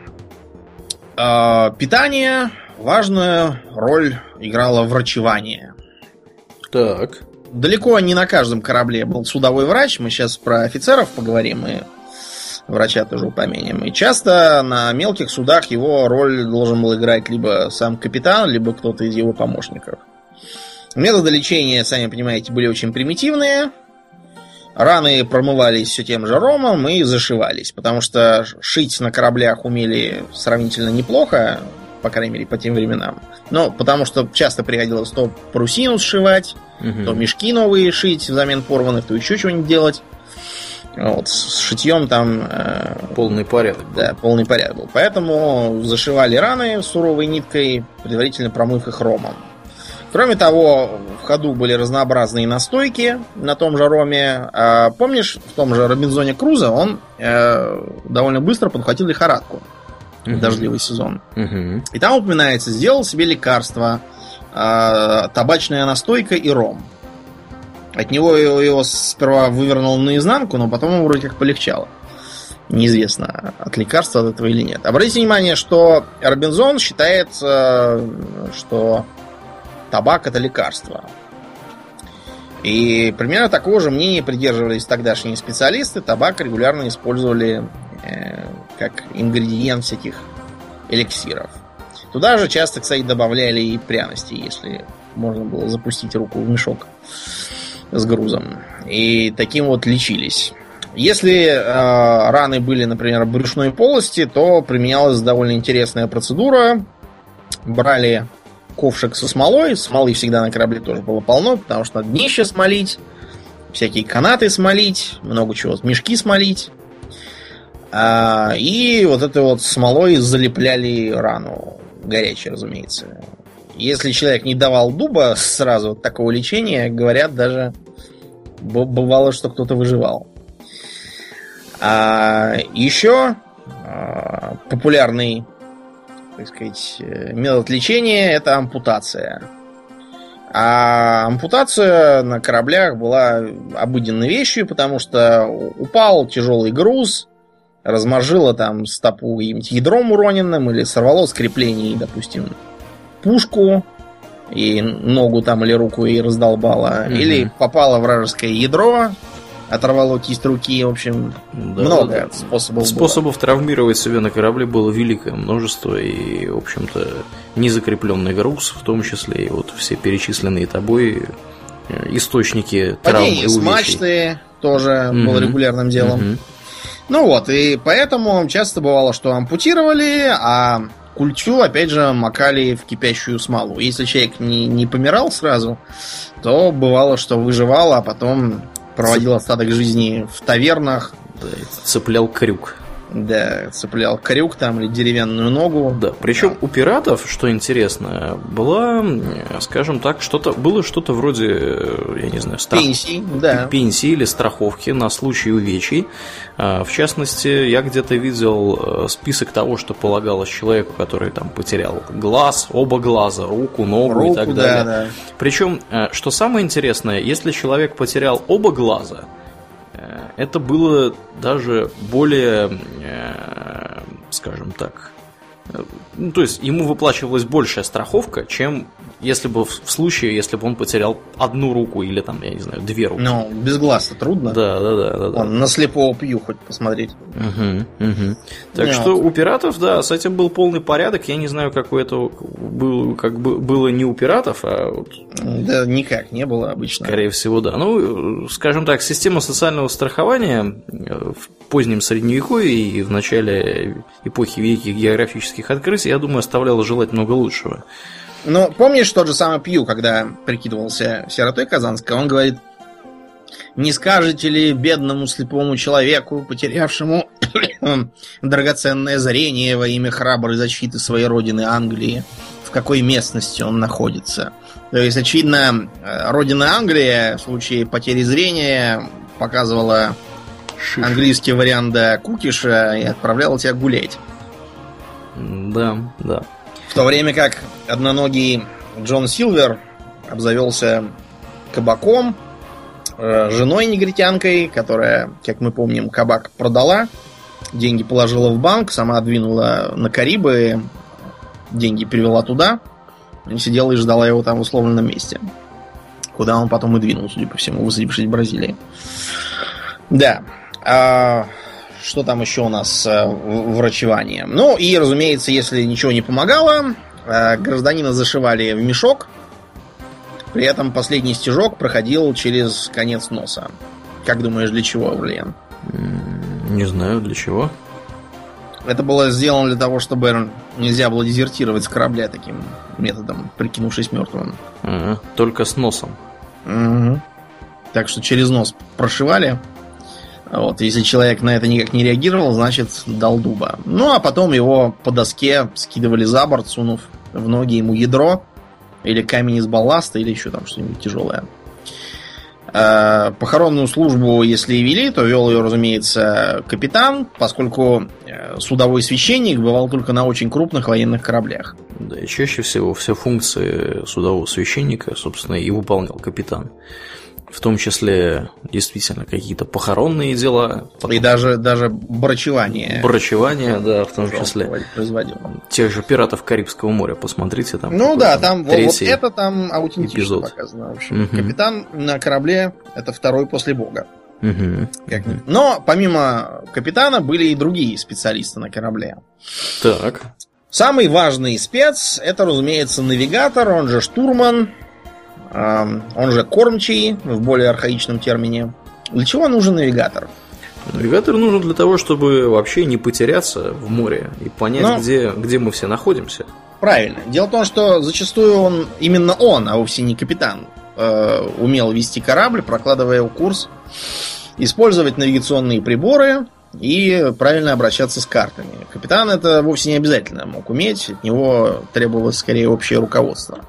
питания, важную роль играло врачевание. Так. Далеко не на каждом корабле был судовой врач. Мы сейчас про офицеров поговорим и врача тоже упомянем. И часто на мелких судах его роль должен был играть либо сам капитан, либо кто-то из его помощников. Методы лечения, сами понимаете, были очень примитивные. Раны промывались все тем же ромом и зашивались, потому что шить на кораблях умели сравнительно неплохо, по крайней мере, по тем временам. Но потому что часто приходилось то парусину сшивать, то мешки новые шить взамен порванных, то еще что-нибудь делать. Вот, с шитьем там... полный порядок. Да, полный порядок был. Поэтому зашивали раны суровой ниткой, предварительно промыв их ромом. Кроме того, в ходу были разнообразные настойки на том же роме. Помнишь, в том же Робинзоне Крузо он довольно быстро подхватил лихорадку в дождливый сезон. И там упоминается, сделал себе лекарство, табачная настойка и ром. От него его сперва вывернул наизнанку, но потом ему вроде как полегчало. Неизвестно, от лекарства от этого или нет. Обратите внимание, что Робинзон считает, что табак это лекарство. И примерно такого же мнения придерживались тогдашние специалисты. Табак регулярно использовали как ингредиент всяких эликсиров. Туда же часто, кстати, добавляли и пряности, если можно было запустить руку в мешок с грузом. И таким вот лечились. Если раны были, например, в брюшной полости, то применялась довольно интересная процедура. Брали ковшик со смолой. Смолы всегда на корабле тоже было полно, потому что надо днище смолить, всякие канаты смолить, много чего, мешки смолить. И вот этой вот смолой залепляли рану. Горячей, разумеется. Если человек не давал дуба сразу от такого лечения, говорят, даже бывало, что кто-то выживал. Еще популярный, так сказать, метод лечения — это ампутация. А ампутация на кораблях была обыденной вещью, потому что упал тяжелый груз, разморжило там стопу каким-нибудь ядром уроненным, или сорвало с креплений, допустим, пушку, и ногу там или руку и раздолбало, или попало вражеское ядро, оторвало кисть руки, в общем, да, много способов было. Способов травмировать себя на корабле было великое множество, и, в общем-то, незакрепленный груз, в том числе, и вот все перечисленные тобой источники травм и падение с мачты тоже было регулярным делом. Ну вот, и поэтому часто бывало, что ампутировали, а культю, опять же, макали в кипящую смолу. Если человек не помирал сразу, то бывало, что выживал, а потом проводил остаток жизни в тавернах. Да, цеплял крюк. Да, цеплял крюк там или деревянную ногу. Да, причем у пиратов, что интересно, была, скажем так, было что-то вроде, я не знаю, пенсии, да. Пенсии или страховки на случай увечий. В частности, я где-то видел список того, что полагалось человеку, который там потерял глаз, оба глаза, руку, ногу и так далее. Да. Причем, что самое интересное, если человек потерял оба глаза, это было даже более, скажем так, то есть ему выплачивалась большая страховка, чем если бы если бы он потерял одну руку или там, я не знаю, две руки. Ну, без глаз-то трудно. Да. Он на слепого Пью хоть посмотреть. Так что у пиратов, да, с этим был полный порядок. Я не знаю, как у этого было не у пиратов, а вот... Да, никак не было обычно. Скорее всего, да. Ну, скажем так, система социального страхования в позднем Средневековье и в начале эпохи великих географических открытий, я думаю, оставляла желать много лучшего. Ну, помнишь тот же самый Пью, когда прикидывался сиротой Казанской, он говорит: не скажете ли бедному слепому человеку, потерявшему драгоценное зрение во имя храброй защиты своей родины Англии, в какой местности он находится? То есть, очевидно, родина Англия в случае потери зрения показывала английский вариант кукиша и отправляла тебя гулять. Да. В то время как одноногий Джон Силвер обзавелся кабаком, женой негритянкой, которая, как мы помним, кабак продала, деньги положила в банк, сама двинула на Карибы, деньги перевела туда, и сидела и ждала его там в условленном месте, куда он потом и двинул, судя по всему, высадившись в Бразилии. Да. Что там еще у нас с врачеванием? Ну и, разумеется, если ничего не помогало, гражданина зашивали в мешок. При этом последний стежок проходил через конец носа. Как думаешь, для чего, Аурлиен? Не знаю, для чего. Это было сделано для того, чтобы нельзя было дезертировать с корабля таким методом, прикинувшись мертвым. Только с носом. Угу. Так что через нос прошивали. Вот, если человек на это никак не реагировал, значит, дал дуба. Ну, а потом его по доске скидывали за борт, сунув в ноги ему ядро, или камень из балласта, или еще там что-нибудь тяжелое. Похоронную службу, если и вели, то вел ее, разумеется, капитан, поскольку судовой священник бывал только на очень крупных военных кораблях. Да, и чаще всего все функции судового священника, собственно, и выполнял капитан. В том числе, действительно, какие-то похоронные дела. Потом... И даже брачевание. Брачевание, да, в том числе. Производил. Тех же пиратов Карибского моря, посмотрите там. Ну да, там вот это там аутентично эпизод показано. В общем, капитан на корабле — это второй после бога. Но помимо капитана были и другие специалисты на корабле. Так. Самый важный спец — это, разумеется, навигатор, он же штурман. Он же кормчий, в более архаичном термине. Для чего нужен навигатор? Навигатор нужен для того, чтобы вообще не потеряться в море и понять, где мы все находимся. Правильно. Дело в том, что зачастую именно он, а вовсе не капитан, умел вести корабль, прокладывая курс, использовать навигационные приборы и правильно обращаться с картами. Капитан это вовсе не обязательно мог уметь, от него требовалось скорее общее руководство.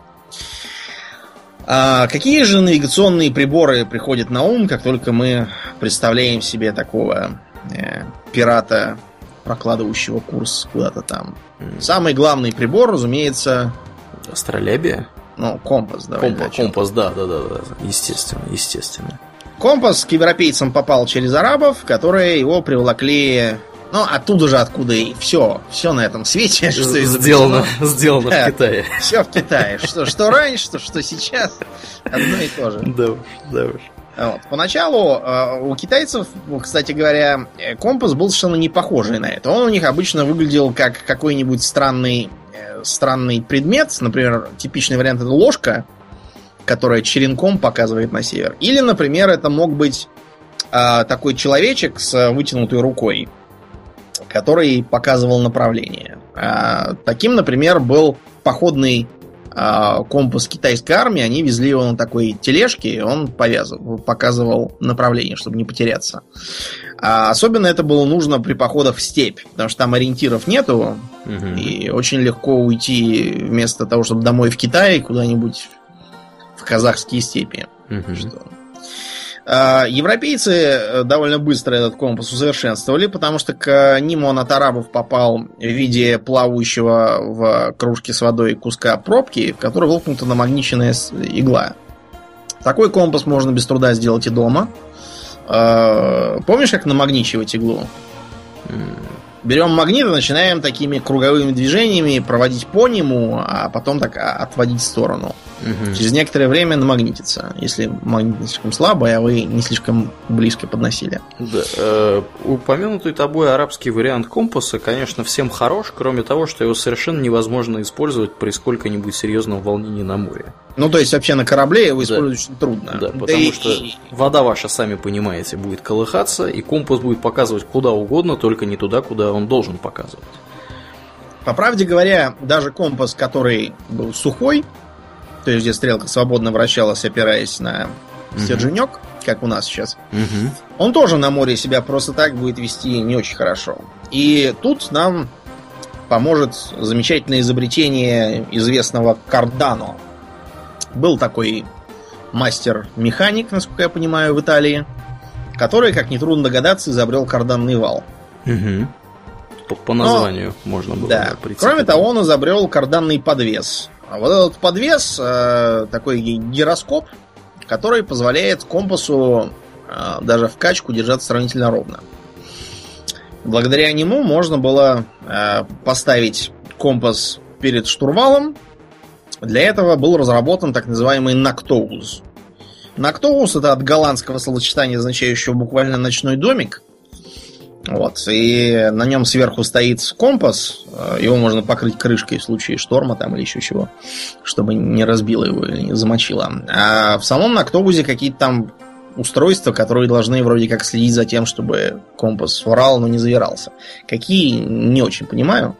А какие же навигационные приборы приходят на ум, как только мы представляем себе такого пирата, прокладывающего курс куда-то там? Самый главный прибор, разумеется... Астролябия? Ну, компас, давай. Компас, да. Естественно. Компас к европейцам попал через арабов, которые его приволокли... Ну, оттуда же, откуда и все на этом свете. Сделано в Китае. Все в Китае. Что раньше, что сейчас, одно и то же. Да уж. Вот. Поначалу у китайцев, кстати говоря, компас был совершенно не похожий на это. Он у них обычно выглядел как какой-нибудь странный предмет. Например, типичный вариант — это ложка, которая черенком показывает на север. Или, например, это мог быть такой человечек с вытянутой рукой, который показывал направление. Таким, например, был походный компас китайской армии, они везли его на такой тележке, и он показывал направление, чтобы не потеряться. Особенно это было нужно при походах в степь, потому что там ориентиров нету, и очень легко уйти вместо того, чтобы домой в Китай, куда-нибудь в казахские степи. Европейцы довольно быстро этот компас усовершенствовали, потому что к ним он от арабов попал в виде плавающего в кружке с водой куска пробки, в которой воткнута намагниченная игла. Такой компас можно без труда сделать и дома. Помнишь, как намагничивать иглу? Берем магнит и начинаем такими круговыми движениями проводить по нему, а потом так отводить в сторону. Через некоторое время намагнитится, если магнит не слишком слабый, а вы не слишком близко подносили. Да, упомянутый тобой арабский вариант компаса, конечно, всем хорош, кроме того, что его совершенно невозможно использовать при сколько-нибудь серьезном волнении на море. Ну, то есть, вообще на корабле его использовать очень трудно. Да, потому что вода ваша, сами понимаете, будет колыхаться, и компас будет показывать куда угодно, только не туда, куда он должен показывать. По правде говоря, даже компас, который был сухой, то есть где стрелка свободно вращалась, опираясь на стерженек, как у нас сейчас, он тоже на море себя просто так будет вести не очень хорошо. И тут нам поможет замечательное изобретение известного Кардано. Был такой мастер-механик, насколько я понимаю, в Италии, который, как нетрудно догадаться, изобрел карданный вал. По названию можно было прийти. Кроме того, он изобрел карданный подвес. А вот этот подвес, такой гироскоп, который позволяет компасу даже в качку держаться сравнительно ровно. Благодаря нему можно было поставить компас перед штурвалом. Для этого был разработан так называемый Нактоуз. Нактоуз — это от голландского словосочетания, означающего буквально ночной домик. Вот, и на нем сверху стоит компас. Его можно покрыть крышкой в случае шторма там или еще чего, чтобы не разбило его или не замочило. А в самом Нактоузе какие-то там устройства, которые должны вроде как следить за тем, чтобы компас врал, но не завирался. Какие, не очень понимаю.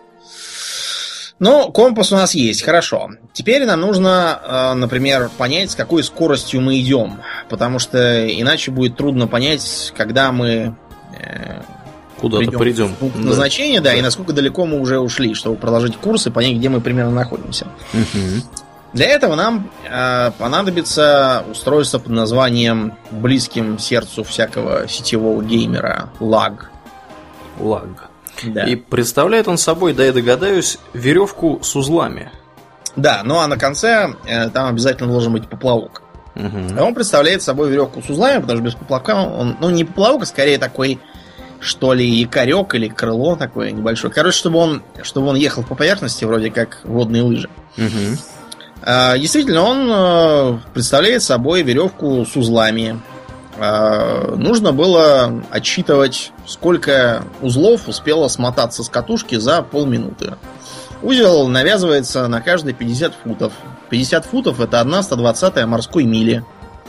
Но компас у нас есть, хорошо. Теперь нам нужно, например, понять, с какой скоростью мы идем. Потому что иначе будет трудно понять, когда мы куда-то придем. В пункт назначения, да, и насколько далеко мы уже ушли, чтобы проложить курс и понять, где мы примерно находимся. Для этого нам понадобится устройство под названием, близким сердцу всякого сетевого геймера, lag. Да. И представляет он собой, да я догадаюсь, веревку с узлами. Да, ну а на конце там обязательно должен быть поплавок. Он представляет собой веревку с узлами, потому что без поплавка он, ну не поплавок, а скорее такой, что ли, якорек или крыло такое небольшое. Короче, чтобы он ехал по поверхности, вроде как водные лыжи. Действительно, он представляет собой веревку с узлами. Нужно было отсчитывать, сколько узлов успело смотаться с катушки за полминуты. Узел навязывается на каждые 50 футов. 50 футов — это 1/120 морской мили.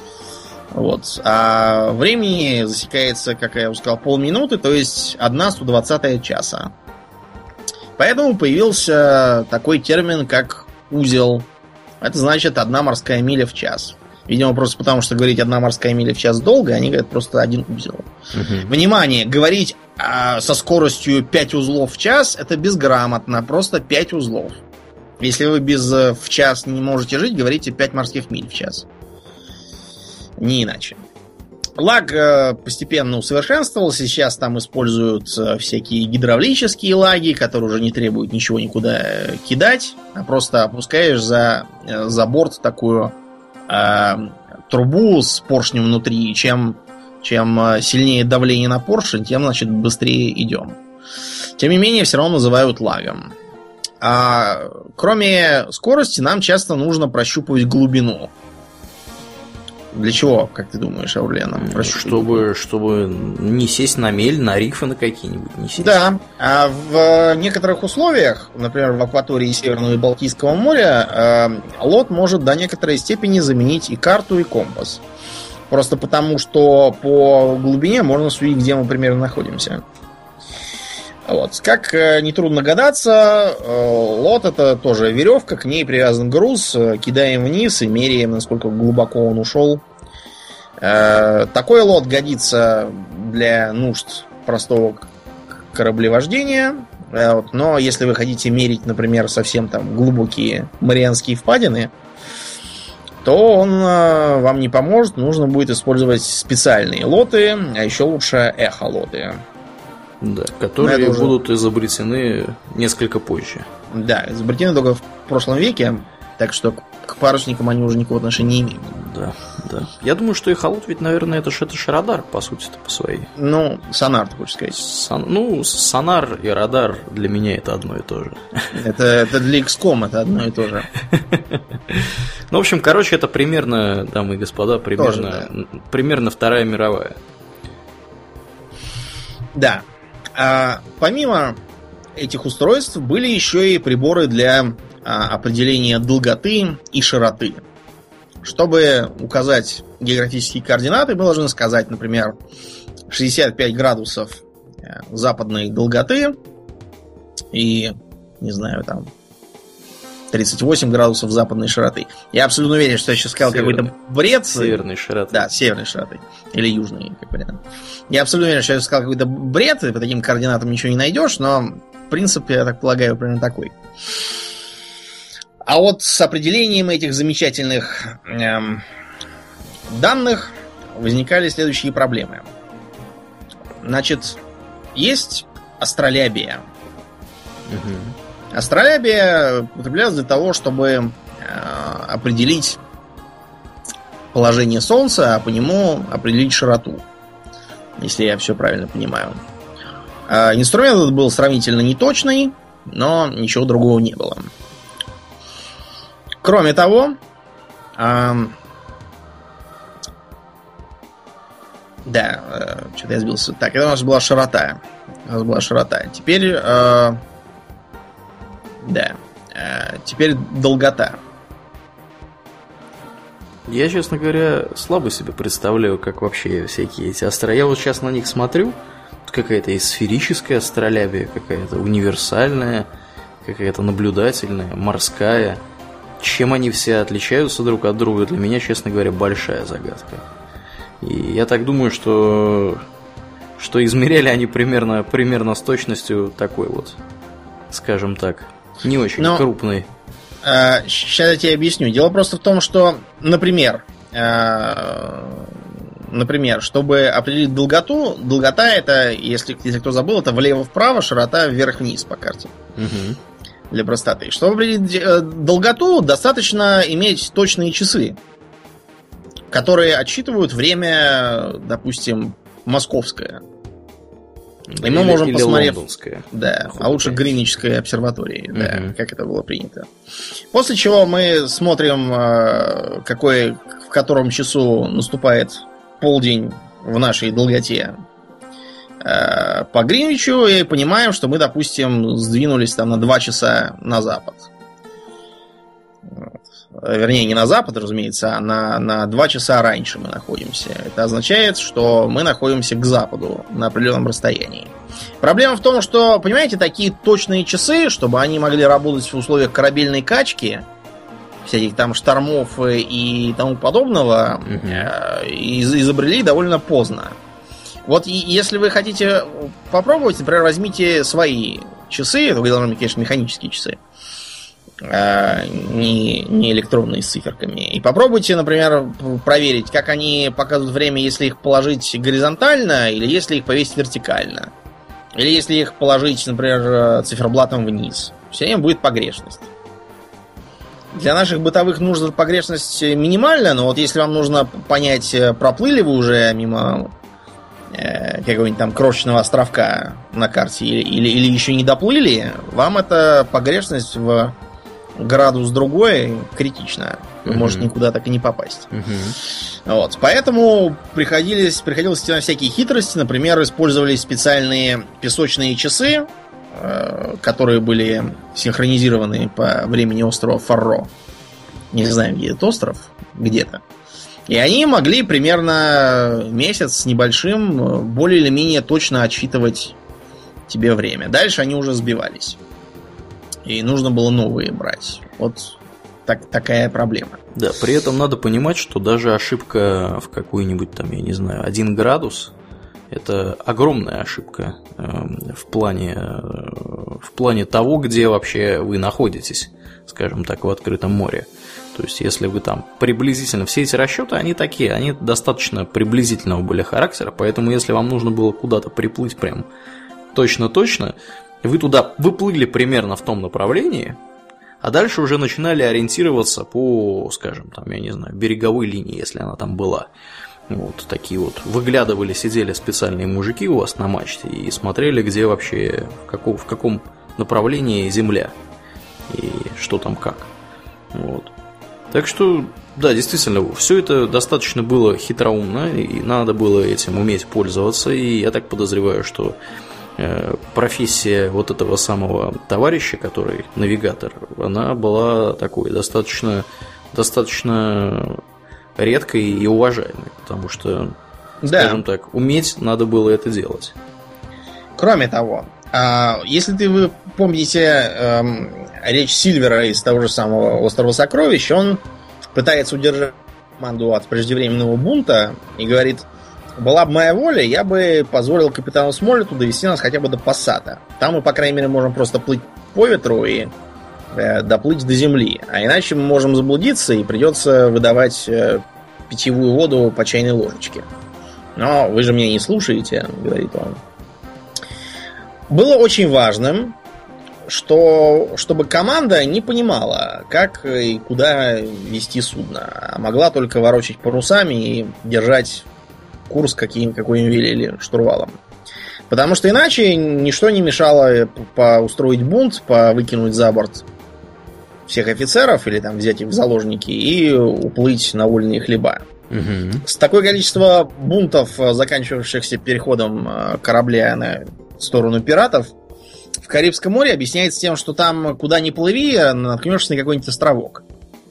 Вот. А времени засекается, как я уже сказал, полминуты, то есть 1/120 часа. Поэтому появился такой термин, как узел. Это значит 1 морская миля в час. Видимо, просто потому, что говорить 1 морская миля в час долго, они говорят просто 1 узел. Внимание, говорить со скоростью 5 узлов в час — это безграмотно, просто 5 узлов. Если вы без в час не можете жить, говорите 5 морских миль в час. Не иначе. Лаг постепенно усовершенствовался. Сейчас там используют всякие гидравлические лаги, которые уже не требуют ничего никуда кидать, а просто опускаешь за борт такую трубу с поршнем внутри. Чем сильнее давление на поршень, тем, значит, быстрее идем. Тем не менее, все равно называют лагом. А кроме скорости, нам часто нужно прощупывать глубину. Для чего, как ты думаешь, Аурлиан? Чтобы не сесть на мель, на рифы на какие-нибудь не сесть. Да. А в некоторых условиях, например, в акватории Северного и Балтийского моря, лот может до некоторой степени заменить и карту, и компас. Просто потому, что по глубине можно судить, где мы примерно находимся. Вот. Как нетрудно догадаться, лот это тоже веревка, к ней привязан груз, кидаем вниз и меряем, насколько глубоко он ушел. Такой лот годится для нужд простого кораблевождения. Вот. Но если вы хотите мерить, например, совсем там глубокие Марианские впадины, то он вам не поможет. Нужно будет использовать специальные лоты, а еще лучше эхолоты. Да, которые будут изобретены несколько позже. Да, изобретены только в прошлом веке, так что к парусникам они уже никакого отношения не имеют. Да, да. Я думаю, что эхолот ведь, наверное, это ж радар, по сути-то, по своей. Ну, сонар, ты хочешь сказать. Сонар и радар для меня это одно и то же. Это для XCOM это одно и то же. Ну, в общем, короче, это примерно, дамы и господа, примерно Вторая мировая. Да. А помимо этих устройств были еще и приборы для определения долготы и широты. Чтобы указать географические координаты, мы должны сказать, например, 65 градусов западной долготы и, не знаю, там 38 градусов западной широты. Я абсолютно уверен, что я сейчас сказал какой-то бред. Северной широты. Да, северной широты. Или южной, как вариант. Я абсолютно уверен, что я сейчас сказал какой-то бред, и по таким координатам ничего не найдешь, но принцип, я так полагаю, примерно такой. А вот с определением этих замечательных данных возникали следующие проблемы. Значит, есть астролябия. Угу. Астролябия употреблялась для того, чтобы определить положение Солнца, а по нему определить широту. Если я все правильно понимаю. Инструмент этот был сравнительно неточный, но ничего другого не было. Кроме того, что-то я сбился. Так, это у нас была широта. Теперь теперь долгота. Я, честно говоря, слабо себе представляю, как вообще всякие эти астролябии. Я вот сейчас на них смотрю. Какая-то есть сферическая астролябия, какая-то универсальная, какая-то наблюдательная, морская. Чем они все отличаются друг от друга, для меня, честно говоря, большая загадка. И я так думаю, что измеряли они примерно с точностью такой вот, скажем так, не очень крупной. Сейчас я тебе объясню. Дело просто в том, что, например, чтобы определить долготу, долгота это, если кто забыл, это влево-вправо, широта вверх-вниз по карте. Угу. Для простоты. Чтобы определить долготу, достаточно иметь точные часы, которые отсчитывают время, допустим, московское. И мы можем посмотреть. Да, а лучше Гринвичской обсерватории, да, как это было принято. После чего мы смотрим, в котором часу наступает полдень в нашей долготе по Гринвичу, и понимаем, что мы, допустим, сдвинулись там на 2 часа на запад. Вернее, не на запад, разумеется, а на 2 часа раньше мы находимся. Это означает, что мы находимся к западу на определенном расстоянии. Проблема в том, что, понимаете, такие точные часы, чтобы они могли работать в условиях корабельной качки, всяких там штормов и тому подобного, изобрели довольно поздно. Вот если вы хотите попробовать, например, возьмите свои часы, это должны быть, конечно, механические часы, не электронные с циферками. И попробуйте, например, проверить, как они показывают время, если их положить горизонтально, или если их повесить вертикально. Или если их положить, например, циферблатом вниз. Все время будет погрешность. Для наших бытовых нужд эта погрешность минимальна, но вот если вам нужно понять, проплыли вы уже мимо какого-нибудь там крошечного островка на карте или еще не доплыли, вам эта погрешность в градус другой критична. Вы можете никуда так и не попасть. Вот. Поэтому приходилось идти на всякие хитрости. Например, использовались специальные песочные часы, которые были синхронизированы по времени острова Фарро. Не знаю, где этот остров. Где-то. И они могли примерно месяц с небольшим более или менее точно отсчитывать тебе время. Дальше они уже сбивались. И нужно было новые брать. Вот такая проблема. Да, при этом надо понимать, что даже ошибка в какой-нибудь там, я не знаю, 1 градус, это огромная ошибка в плане того, где вообще вы находитесь, скажем так, в открытом море. То есть, если вы там приблизительно... Все эти расчеты, они такие, они достаточно приблизительного были характера, поэтому если вам нужно было куда-то приплыть прям точно-точно, вы туда выплыли примерно в том направлении, а дальше уже начинали ориентироваться по, скажем, там, я не знаю, береговой линии, если она там была. Вот такие вот выглядывали, сидели специальные мужики у вас на мачте и смотрели, где вообще, в каком направлении земля и что там как. Вот. Так что, да, действительно, все это достаточно было хитроумно, и надо было этим уметь пользоваться, и я так подозреваю, что профессия вот этого самого товарища, который навигатор, она была такой достаточно редкой и уважаемой, потому что, скажем так, уметь надо было это делать. Кроме того, если вы помните речь Сильвера из того же самого «Острова сокровищ», он пытается удержать команду от преждевременного бунта и говорит: была бы моя воля, я бы позволил капитану Смоллету довести нас хотя бы до Пассата. Там мы, по крайней мере, можем просто плыть по ветру и доплыть до земли. А иначе мы можем заблудиться и придется выдавать питьевую воду по чайной ложечке. Но вы же меня не слушаете, говорит он. Было очень важным, чтобы команда не понимала, как и куда вести судно, а могла только ворочать парусами и держать курс, какой им велели штурвалом. Потому что иначе ничто не мешало устроить бунт, выкинуть за борт всех офицеров или там взять их в заложники и уплыть на вольные хлеба. Угу. С такое количество бунтов, заканчивавшихся переходом корабля на сторону пиратов, в Карибском море объясняется тем, что там, куда ни плыви, наткнешься на какой-нибудь островок.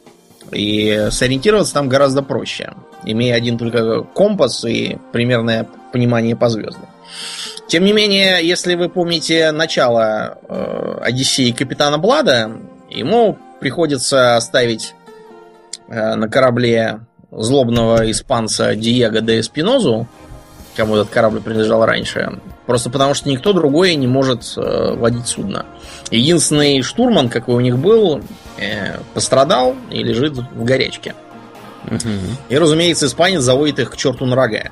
И сориентироваться там гораздо проще, имея один только компас и примерное понимание по звездам. Тем не менее, если вы помните начало Одиссеи капитана Блада, ему приходится оставить на корабле злобного испанца Диего де Эспинозу, кому этот корабль принадлежал раньше, просто потому что никто другой не может водить судно. Единственный штурман, какой у них был, пострадал и лежит в горячке. И, разумеется, испанец заводит их к черту на рога,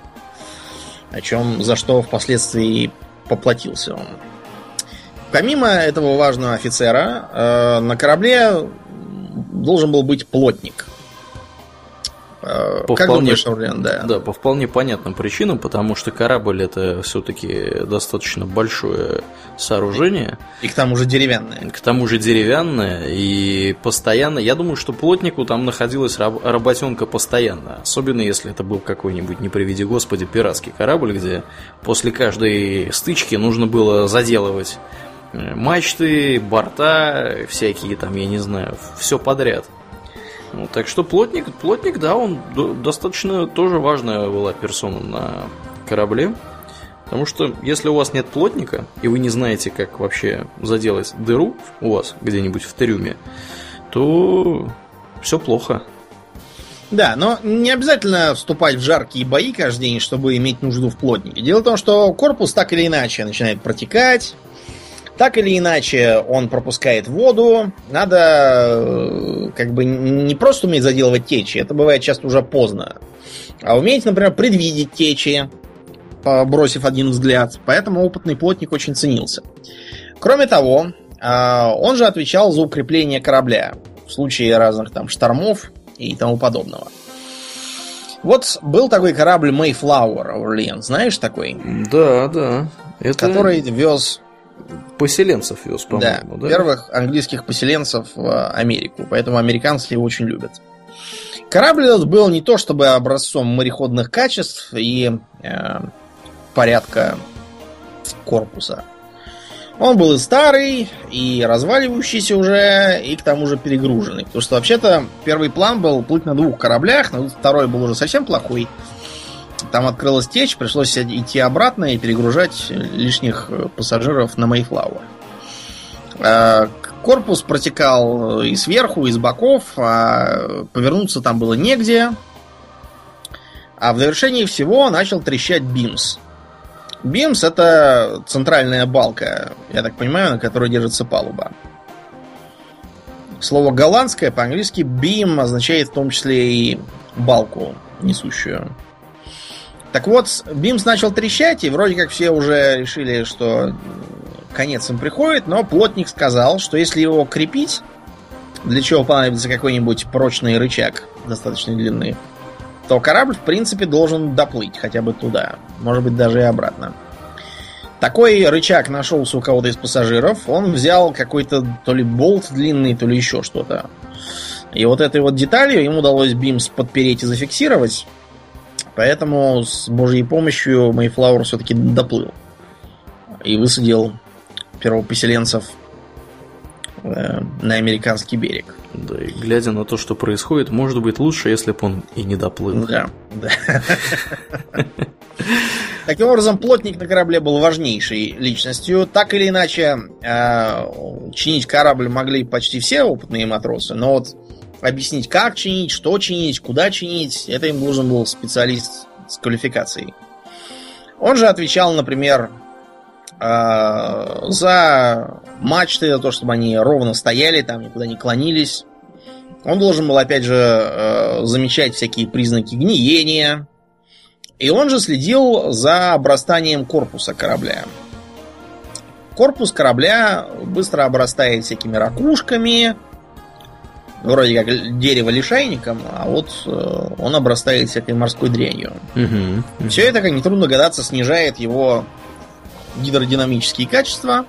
за что впоследствии поплатился он. Помимо этого важного офицера, на корабле должен был быть плотник. Как думаешь, Орлен, да? Да, по вполне понятным причинам, потому что корабль — это все-таки достаточно большое сооружение. И к тому же деревянное. И постоянно, я думаю, что плотнику там находилась работенка постоянно. Особенно если это был какой-нибудь, не приведи господи, пиратский корабль, где после каждой стычки нужно было заделывать мачты, борта, всякие там, я не знаю, все подряд. Ну, так что плотник, да, он достаточно тоже важная была персона на корабле. Потому что если у вас нет плотника, и вы не знаете, как вообще заделать дыру у вас где-нибудь в трюме, то все плохо. Да, но не обязательно вступать в жаркие бои каждый день, чтобы иметь нужду в плотнике. Дело в том, что корпус так или иначе начинает протекать. Так или иначе, он пропускает воду. Надо не просто уметь заделывать течи, это бывает часто уже поздно, а уметь, например, предвидеть течи, бросив один взгляд. Поэтому опытный плотник очень ценился. Кроме того, он же отвечал за укрепление корабля в случае разных там штормов и тому подобного. Вот был такой корабль Mayflower, Орлен, знаешь такой? Да. Который вез... Поселенцев вез, по-моему, да? Первых английских поселенцев в Америку. Поэтому американцы его очень любят. Корабль этот был не то чтобы образцом мореходных качеств и порядка корпуса. Он был и старый, и разваливающийся уже, и к тому же перегруженный. Потому что вообще-то первый план был плыть на 2 кораблях, но второй был уже совсем плохой. Там открылась течь, пришлось идти обратно и перегружать лишних пассажиров на Мейфлауэр. Корпус протекал и сверху, и с боков, а повернуться там было негде. А в довершении всего начал трещать бимс. Бимс — это центральная балка, я так понимаю, на которой держится палуба. Слово голландское, по-английски beam означает в том числе и балку несущую. Так вот, бимс начал трещать, и вроде как все уже решили, что конец им приходит, но плотник сказал, что если его крепить, для чего понадобится какой-нибудь прочный рычаг достаточно длинный, то корабль, в принципе, должен доплыть хотя бы туда, может быть, даже и обратно. Такой рычаг нашелся у кого-то из пассажиров. Он взял какой-то то ли болт длинный, то ли еще что-то. И вот этой вот деталью ему удалось бимс подпереть и зафиксировать. Поэтому с божьей помощью Мейфлауэр все-таки доплыл. И высадил первопоселенцев на американский берег. Да, и глядя на то, что происходит, может быть лучше, если бы он и не доплыл. Да. Таким образом, плотник на корабле был важнейшей личностью. Так или иначе, чинить корабль могли почти все опытные матросы, но вот объяснить, как чинить, что чинить, куда чинить, это им нужен был специалист с квалификацией. Он же отвечал, например, за мачты, за то, чтобы они ровно стояли, там никуда не клонились. Он должен был, опять же, замечать всякие признаки гниения. И он же следил за обрастанием корпуса корабля. Корпус корабля быстро обрастает всякими ракушками, вроде как дерево лишайником, а вот он обрастает всякой морской дрянью. Все это, как нетрудно догадаться, снижает его гидродинамические качества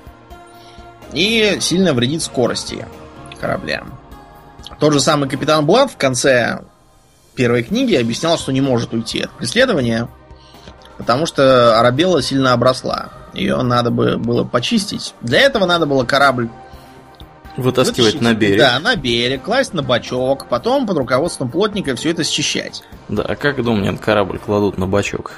и сильно вредит скорости корабля. Тот же самый капитан Блад в конце первой книги объяснял, что не может уйти от преследования, потому что Арабелла сильно обросла. Ее надо было почистить. Для этого надо было корабль вытаскивать на берег. Да, на берег, класть на бачок, потом под руководством плотника все это счищать. Да, а как, думаю, корабль кладут на бачок?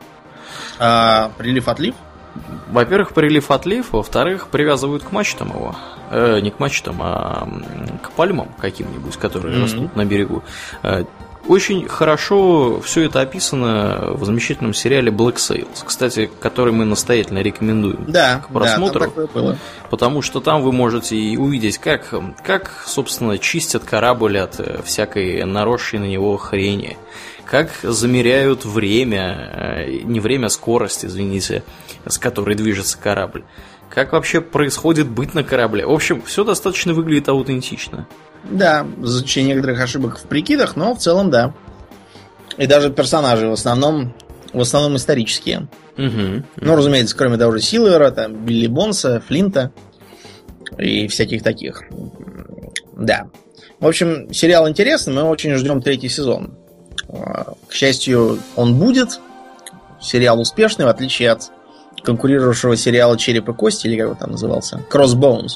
Прилив-отлив? Во-первых, прилив-отлив, во-вторых, привязывают к мачтам его. Не к мачтам, а к пальмам каким-нибудь, которые растут на берегу. Очень хорошо все это описано в замечательном сериале Black Sails, кстати, который мы настоятельно рекомендуем к просмотру, там такое было. Потому что там вы можете и увидеть, как, собственно, чистят корабль от всякой наросшей на него хрени, как замеряют время, не время, а скорость, извините, с которой движется корабль, как вообще происходит быт на корабле. В общем, все достаточно выглядит аутентично. Да, за исключением некоторых ошибок в прикидах, но в целом да. И даже персонажи в основном исторические. Ну, разумеется, кроме того же Силвера, там, Билли Бонса, Флинта и всяких таких. Да. В общем, сериал интересный, мы очень ждем 3-й сезон. К счастью, он будет. Сериал успешный, в отличие от конкурировавшего сериала «Череп и кости», или как его там назывался, «Crossbones».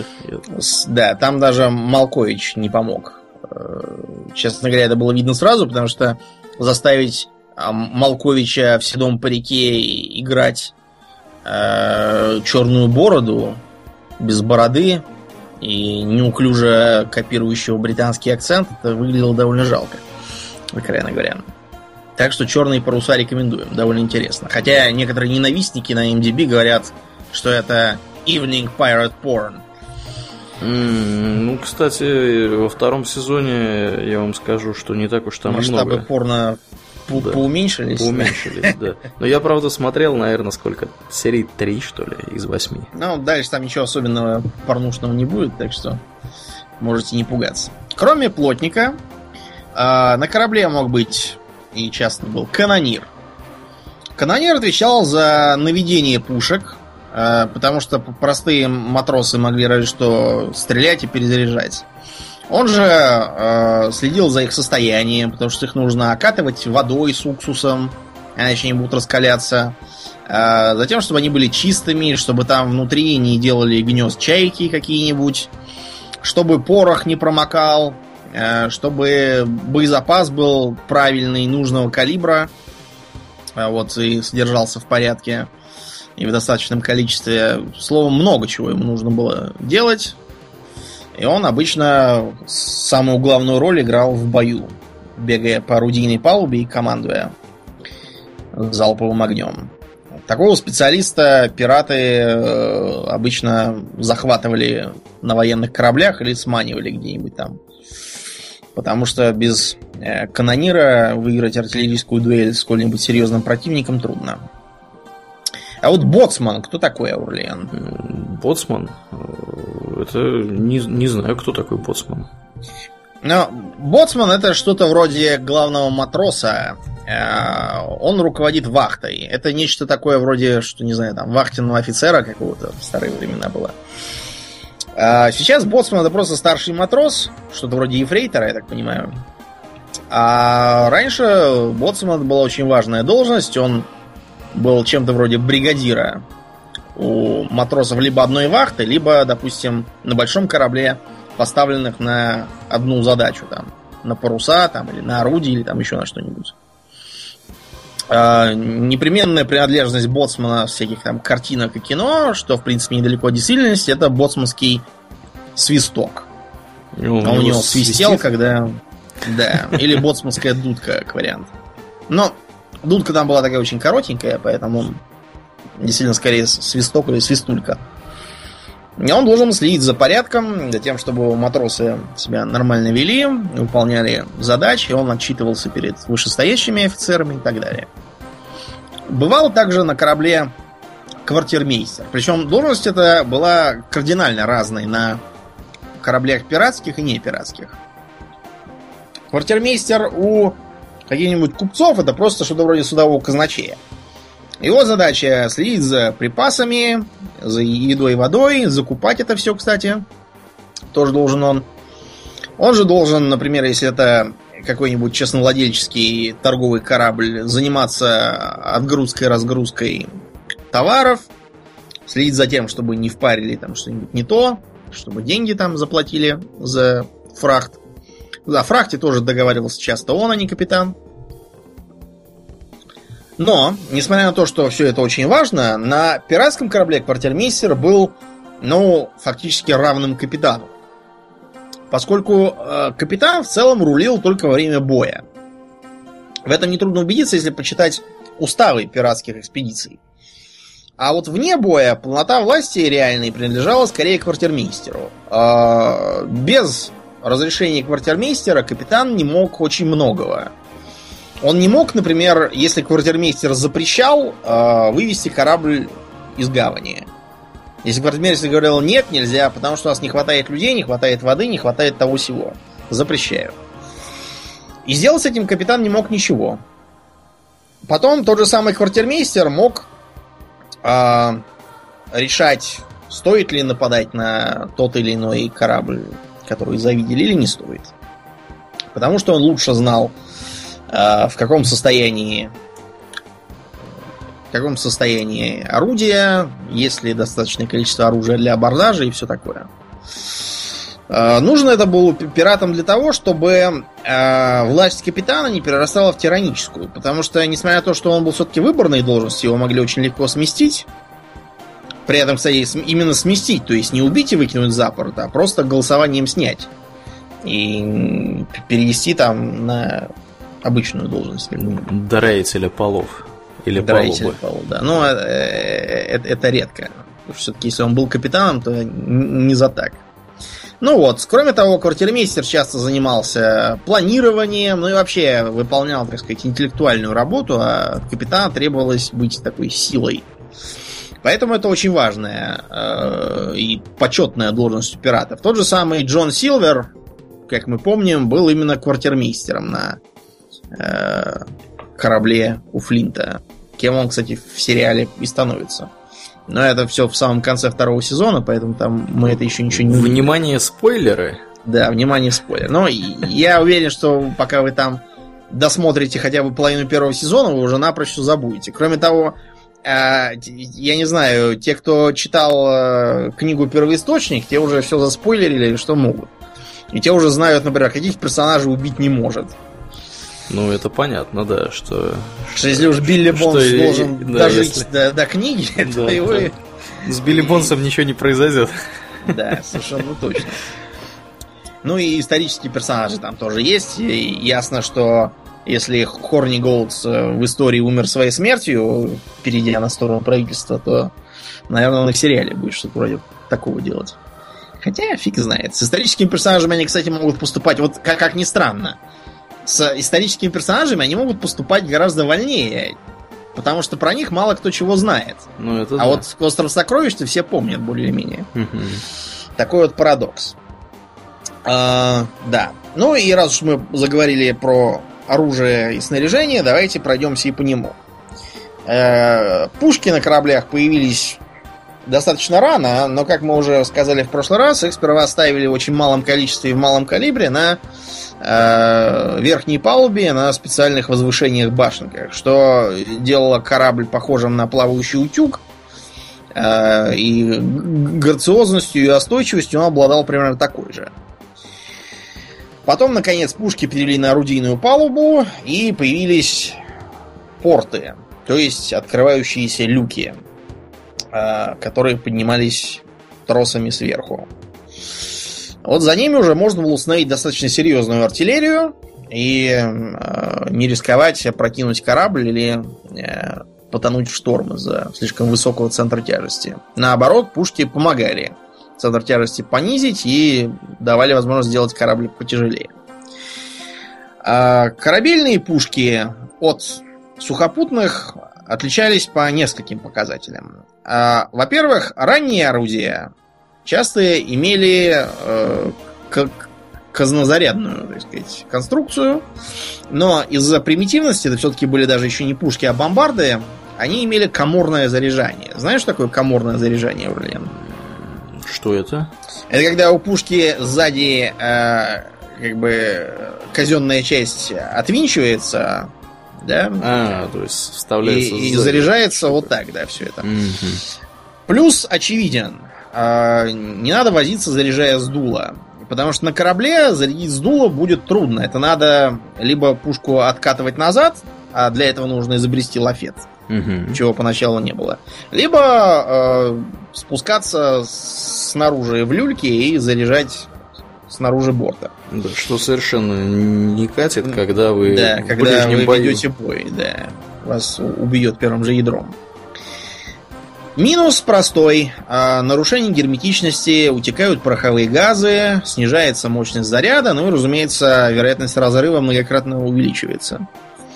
Да, там даже Малкович не помог. Честно говоря, это было видно сразу, потому что заставить Малковича в седом парике играть черную бороду без бороды и неуклюже копирующего британский акцент, это выглядело довольно жалко, откровенно говоря. Так что «Черные паруса» рекомендуем, довольно интересно. Хотя некоторые ненавистники на IMDb говорят, что это evening pirate porn. Ну, кстати, во 2-м сезоне я вам скажу, что не так уж там масштабы много. Масштабы порно поуменьшились. Поуменьшились, да. Но я, правда, смотрел, наверное, сколько? Серий 3, что ли, из 8. Ну, дальше там ничего особенного порнушного не будет, так что можете не пугаться. Кроме плотника, на корабле мог быть, и часто был, канонир. Канонир отвечал за наведение пушек, потому что простые матросы могли разве что стрелять и перезаряжать. Он же следил за их состоянием, потому что их нужно окатывать водой с уксусом, иначе они будут раскаляться. Затем, чтобы они были чистыми, чтобы там внутри не делали гнезд чайки какие-нибудь, чтобы порох не промокал, чтобы боезапас был правильный, нужного калибра. вот, и содержался в порядке и в достаточном количестве. Словом, много чего ему нужно было делать. И он обычно самую главную роль играл в бою, бегая по орудийной палубе и командуя залповым огнем. Такого специалиста пираты обычно захватывали на военных кораблях или сманивали где-нибудь там. Потому что без канонира выиграть артиллерийскую дуэль с сколь-нибудь серьезным противником трудно. А вот боцман, кто такой, Аурлиен? Боцман? Это не знаю, кто такой боцман. Но боцман — это что-то вроде главного матроса. Он руководит вахтой. Это нечто такое вроде, что, не знаю, там, вахтенного офицера какого-то в старые времена было. Сейчас боцман — это просто старший матрос, что-то вроде ефрейтора, я так понимаю. А раньше боцман была очень важная должность. Он был чем-то вроде бригадира у матросов либо одной вахты, либо, допустим, на большом корабле, поставленных на одну задачу, там, на паруса, там, или на орудие, или там еще на что-нибудь. Непременная принадлежность боцмана всяких там картинок и кино, что, в принципе, недалеко от действительности, это боцманский свисток. Он у него свистел, когда... Да, или боцманская дудка, как вариант. Но дудка там была такая очень коротенькая, поэтому он действительно скорее свисток или свистулька. И он должен следить за порядком, за тем, чтобы матросы себя нормально вели, выполняли задачи, он отчитывался перед вышестоящими офицерами и так далее. Бывал также на корабле квартирмейстер. Причем должность эта была кардинально разной на кораблях пиратских и не пиратских. Квартирмейстер у каких-нибудь купцов — это просто что-то вроде судового казначея. Его задача следить за припасами, за едой и водой, закупать это все, кстати. Тоже должен он. Он же должен, например, если это какой-нибудь честновладельческий торговый корабль, заниматься отгрузкой-разгрузкой товаров, следить за тем, чтобы не впарили там что-нибудь не то, чтобы деньги там заплатили за фрахт. За фрахте тоже договаривался часто он, а не капитан. Но, несмотря на то, что все это очень важно, на пиратском корабле квартирмейстер был, фактически равным капитану. Поскольку капитан в целом рулил только во время боя. В этом нетрудно убедиться, если почитать уставы пиратских экспедиций. А вот вне боя полнота власти реальной принадлежала скорее квартирмейстеру. Без разрешения квартирмейстера капитан не мог очень многого. Он не мог, например, если квартирмейстер запрещал, вывести корабль из гавани. Если квартирмейстер говорил: нет, нельзя, потому что у нас не хватает людей, не хватает воды, не хватает того-сего. Запрещаю. И сделать с этим капитан не мог ничего. Потом тот же самый квартирмейстер мог решать, стоит ли нападать на тот или иной корабль, который завидели, или не стоит. Потому что он лучше знал, в каком состоянии орудия, есть ли достаточное количество оружия для абордажа и все такое. Нужно это было пиратам для того, чтобы власть капитана не перерастала в тираническую. Потому что, несмотря на то, что он был все-таки выборной должностью, его могли очень легко сместить. При этом, кстати, именно сместить, то есть не убить и выкинуть за борт, а просто голосованием снять. И перевести там на обычную должность. Дроителя полов. Или дроителя полов, да. Но это редко. Все-таки, если он был капитаном, то не за так. Ну вот, кроме того, квартирмейстер часто занимался планированием, и вообще выполнял, так сказать, интеллектуальную работу, а от капитана требовалось быть такой силой. Поэтому это очень важная и почетная должность у пиратов. Тот же самый Джон Силвер, как мы помним, был именно квартирмейстером на корабле у Флинта. Кем он, кстати, в сериале и становится. Но это все в самом конце второго сезона, поэтому там мы это еще ничего не увидим. Внимание, спойлеры! Да, внимание, спойлер. Но я уверен, что пока вы там досмотрите хотя бы половину первого сезона, вы уже напрочь все забудете. Кроме того, я не знаю, те, кто читал книгу «Первоисточник», те уже все заспойлерили, что могут. И те уже знают, например, каких персонажей убить не может. Ну, это понятно, да, что если уж Билли Бонс должен дожить до книги, то его... С Билли Бонсом ничего не произойдет. Да, совершенно точно. Ну и исторические персонажи там тоже есть. И ясно, что если Хорни Голдс в истории умер своей смертью, перейдя на сторону правительства, то, наверное, он и в сериале будет что-то вроде такого делать. Хотя, фиг знает. С историческими персонажами они, кстати, могут поступать, вот как ни странно, с историческими персонажами они могут поступать гораздо вольнее, потому что про них мало кто чего знает. Ну, это а вот «Остров сокровищ»-то все помнят более-менее. Такой вот парадокс. Да. Ну и раз уж мы заговорили про оружие и снаряжение, давайте пройдемся и по нему. Пушки на кораблях появились достаточно рано, но, как мы уже сказали в прошлый раз, их сперва ставили в очень малом количестве и в малом калибре на верхней палубе, на специальных возвышениях-башенках, что делало корабль похожим на плавающий утюг, и грациозностью и остойчивостью он обладал примерно такой же. Потом, наконец, пушки перевели на орудийную палубу, и появились порты, то есть открывающиеся люки, которые поднимались тросами сверху. Вот за ними уже можно было установить достаточно серьезную артиллерию и не рисковать опрокинуть корабль или потонуть в шторм из-за слишком высокого центра тяжести. Наоборот, пушки помогали центр тяжести понизить и давали возможность сделать корабль потяжелее. Корабельные пушки от сухопутных отличались по нескольким показателям. Во-первых, ранние орудия часто имели казнозарядную, так сказать, конструкцию, но из-за примитивности, это все-таки были даже еще не пушки, а бомбарды, они имели каморное заряжание. Знаешь, что такое каморное заряжание, Урлен? Что это? Это когда у пушки сзади как бы казенная часть отвинчивается, да? То есть вставляется и заряжается вот так, да, все это. Плюс очевиден. Не надо возиться, заряжая с дула. Потому что на корабле зарядить с дула будет трудно. Это надо либо пушку откатывать назад, а для этого нужно изобрести лафет, чего поначалу не было. Либо спускаться снаружи в люльке и заряжать снаружи борта. Да, что совершенно не катит, когда вы в ближнем бою ведете бой, да. Вас убьет первым же ядром. Минус простой. Нарушение герметичности, утекают пороховые газы, снижается мощность заряда, ну и, разумеется, вероятность разрыва многократно увеличивается.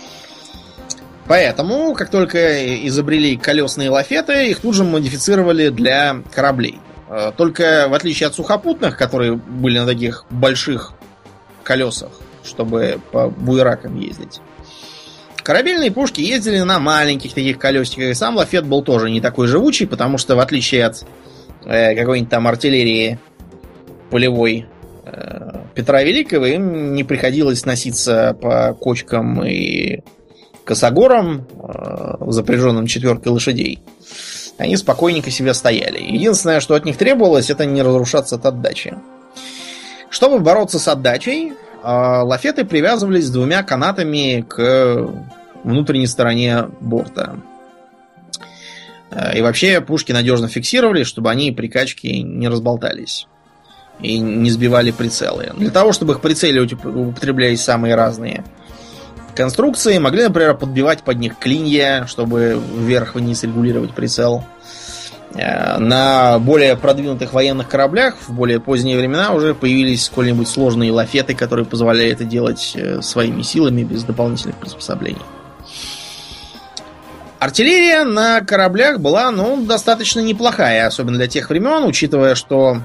Поэтому, как только изобрели колесные лафеты, их тут же модифицировали для кораблей. Только в отличие от сухопутных, которые были на таких больших колесах, чтобы по буеракам ездить, корабельные пушки ездили на маленьких таких колесиках, и сам лафет был тоже не такой живучий, потому что в отличие от какой-нибудь там артиллерии полевой Петра Великого, им не приходилось носиться по кочкам и косогорам, запряженным четверкой лошадей. Они спокойненько себе стояли. Единственное, что от них требовалось, это не разрушаться от отдачи. Чтобы бороться с отдачей, лафеты привязывались двумя канатами к внутренней стороне борта. И вообще пушки надежно фиксировали, чтобы они при качке не разболтались и не сбивали прицелы. Для того, чтобы их прицеливать, употреблялись самые разные конструкции. Могли, например, подбивать под них клинья, чтобы вверх-вниз регулировать прицел. На более продвинутых военных кораблях в более поздние времена уже появились сколь-нибудь сложные лафеты, которые позволяли это делать своими силами без дополнительных приспособлений. Артиллерия на кораблях была, достаточно неплохая, особенно для тех времен, учитывая, что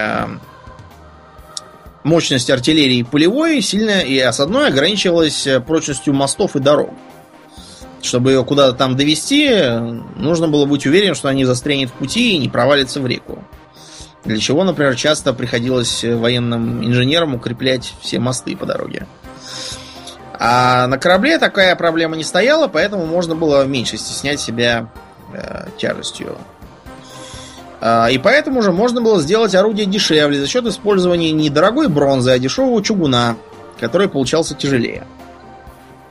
мощность артиллерии полевой сильно и осадной ограничивалась прочностью мостов и дорог. Чтобы ее куда-то там довести, нужно было быть уверен, что они застрянет в пути и не провалится в реку. Для чего, например, часто приходилось военным инженерам укреплять все мосты по дороге. А на корабле такая проблема не стояла, поэтому можно было меньше стеснять себя тяжестью. И поэтому же можно было сделать орудие дешевле за счет использования не дорогой бронзы, а дешевого чугуна, который получался тяжелее.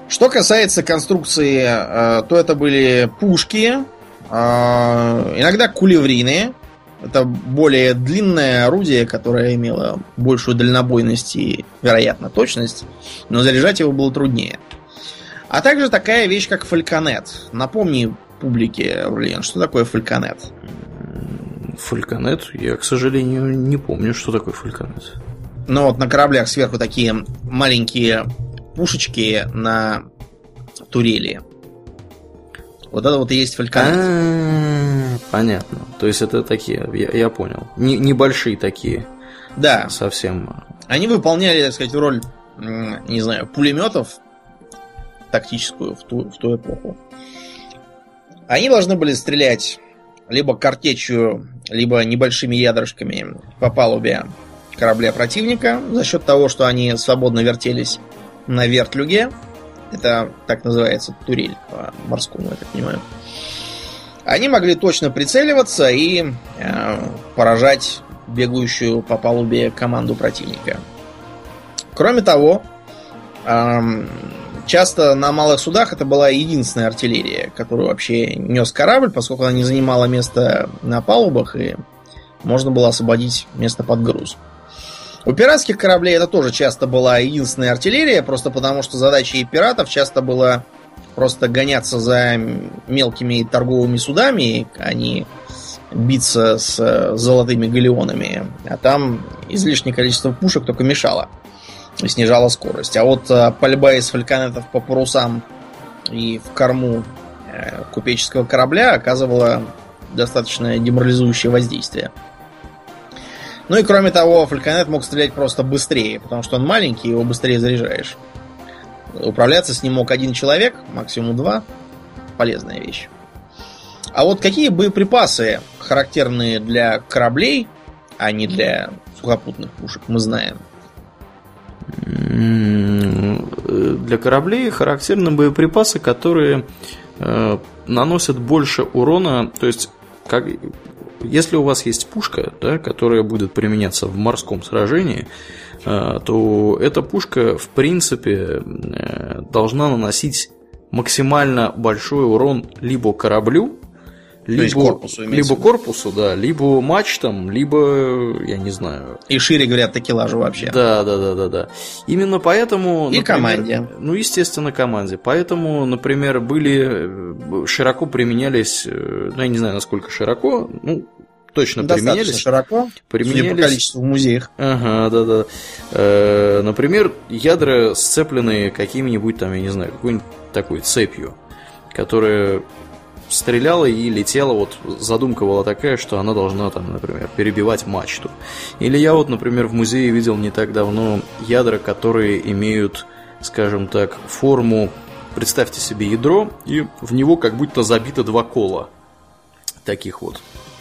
Что касается конструкции, то это были пушки, иногда кулеврины. Это более длинное орудие, которое имело большую дальнобойность и, вероятно, точность, но заряжать его было труднее. А также такая вещь, как фальконет. Напомни публике, Аурлиен, что такое фальконет? Фальконет? Я, к сожалению, не помню, что такое фальконет. Ну вот на кораблях сверху такие маленькие пушечки на турели. Вот это вот и есть фальконет. Понятно. То есть это такие, я понял. Небольшие такие. Да. Совсем. Они выполняли, так сказать, роль, не знаю, пулеметов тактическую в ту эпоху. Они должны были стрелять либо картечью, либо небольшими ядрышками по палубе корабля противника за счет того, что они свободно вертелись на вертлюге. Это так называется турель по-морскому, я так понимаю. Они могли точно прицеливаться и поражать бегающую по палубе команду противника. Кроме того, часто на малых судах это была единственная артиллерия, которую вообще нес корабль, поскольку она не занимала места на палубах, и можно было освободить место под груз. У пиратских кораблей это тоже часто была единственная артиллерия, просто потому что задачей пиратов часто было просто гоняться за мелкими торговыми судами, а не биться с золотыми галеонами. А там излишнее количество пушек только мешало и снижало скорость. А вот пальба из фальконетов по парусам и в корму купеческого корабля оказывала достаточно деморализующее воздействие. Ну и кроме того, фальконет мог стрелять просто быстрее, потому что он маленький, его быстрее заряжаешь. Управляться с ним мог один человек, максимум два. Полезная вещь. А вот какие боеприпасы характерны для кораблей, а не для сухопутных пушек, мы знаем. Для кораблей характерны боеприпасы, которые наносят больше урона. То есть, если у вас есть пушка, да, которая будет применяться в морском сражении, то эта пушка, в принципе, должна наносить максимально большой урон либо кораблю, либо корпусу, да, либо мачтам, либо, я не знаю. И шире, говорят, такелажу вообще. Да. Именно поэтому... И например, команде. Ну, естественно, команде. Поэтому, например, широко применялись, ну, я не знаю, насколько широко, ну, точно достаточно применялись. Широко, судя по количеству в музеях. Ага, да. Например, ядра сцеплены какими-нибудь там, я не знаю, какой-нибудь такой цепью, которая стреляла и летела, вот задумка была такая, что она должна там, например, перебивать мачту. Или я вот, например, в музее видел не так давно ядра, которые имеют, скажем так, форму, представьте себе ядро, и в него как будто забито два кола. Таких вот.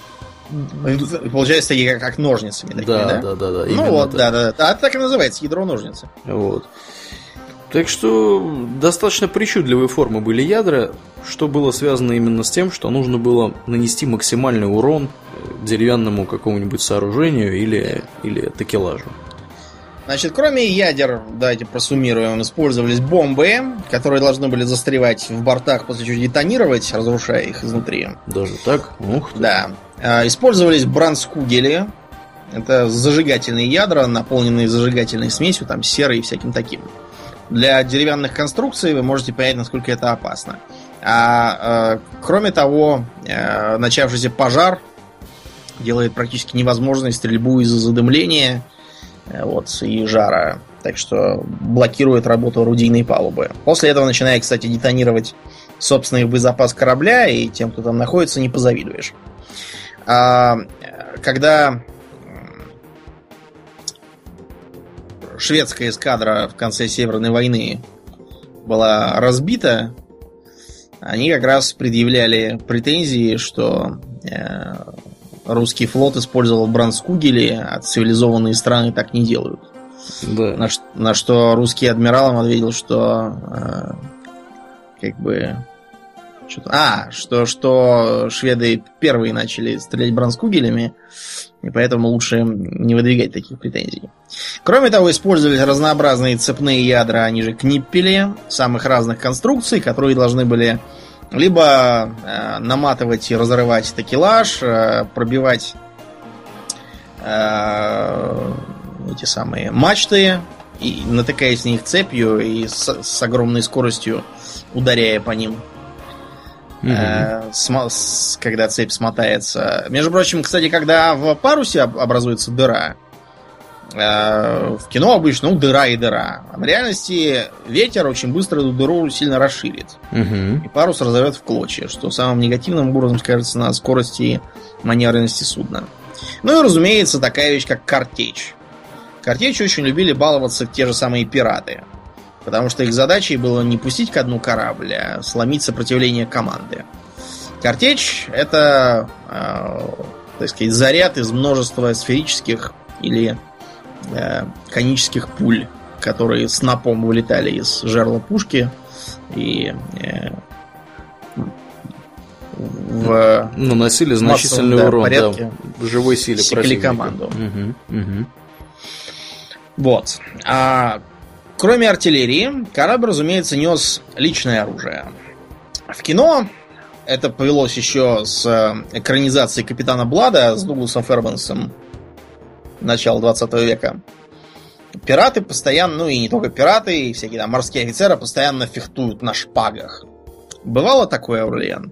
Получается, такие как ножницами такими, да? Да. Ну вот, да. А так и называется, ядро-ножницы. Вот. Так что достаточно причудливые формы были ядра, что было связано именно с тем, что нужно было нанести максимальный урон деревянному какому-нибудь сооружению или такелажу. Значит, кроме ядер, давайте просуммируем, использовались бомбы, которые должны были застревать в бортах, после чего детонировать, разрушая их изнутри. Даже так? Ух ты. Да. Использовались бранскугели. Это зажигательные ядра, наполненные зажигательной смесью, там серой и всяким таким. Для деревянных конструкций вы можете понять, насколько это опасно. Кроме того, начавшийся пожар делает практически невозможной стрельбу из-за задымления и жара. Так что блокирует работу орудийной палубы. После этого начинает, кстати, детонировать собственный боезапас корабля, и тем, кто там находится, не позавидуешь. Когда шведская эскадра в конце Северной войны была разбита, они как раз предъявляли претензии, что русский флот использовал бранскугели, а цивилизованные страны так не делают. Да. На что русский адмирал им ответил, что что шведы первые начали стрелять бранскугелями, и поэтому лучше не выдвигать таких претензий. Кроме того, использовались разнообразные цепные ядра, они же книппели, самых разных конструкций, которые должны были либо наматывать и разрывать такелаж, пробивать эти самые мачты, и натыкаясь на них цепью и с огромной скоростью ударяя по ним, когда цепь смотается. Между прочим, кстати, когда в парусе образуется дыра, в кино обычно дыра и дыра. А в реальности ветер очень быстро эту дыру сильно расширит. И парус разорвет в клочья, что самым негативным образом скажется на скорости и маневренности судна. Ну и, разумеется, такая вещь, как картечь. Картечь очень любили баловаться те же самые пираты. Потому что их задачей было не пустить ко дну корабль, а сломить сопротивление команды. Картечь — это, так сказать, заряд из множества сферических или конических пуль, которые снопом вылетали из жерла пушки и наносили значительный урон порядке, в живой силе секли команду. Вот. Кроме артиллерии, корабль, разумеется, нес личное оружие. В кино это повелось еще с экранизацией Капитана Блада с Дугласом Фербенсом начала 20 века. Пираты постоянно, ну и не только пираты, и всякие там морские офицеры постоянно фехтуют на шпагах. Бывало такое, Аурлиен?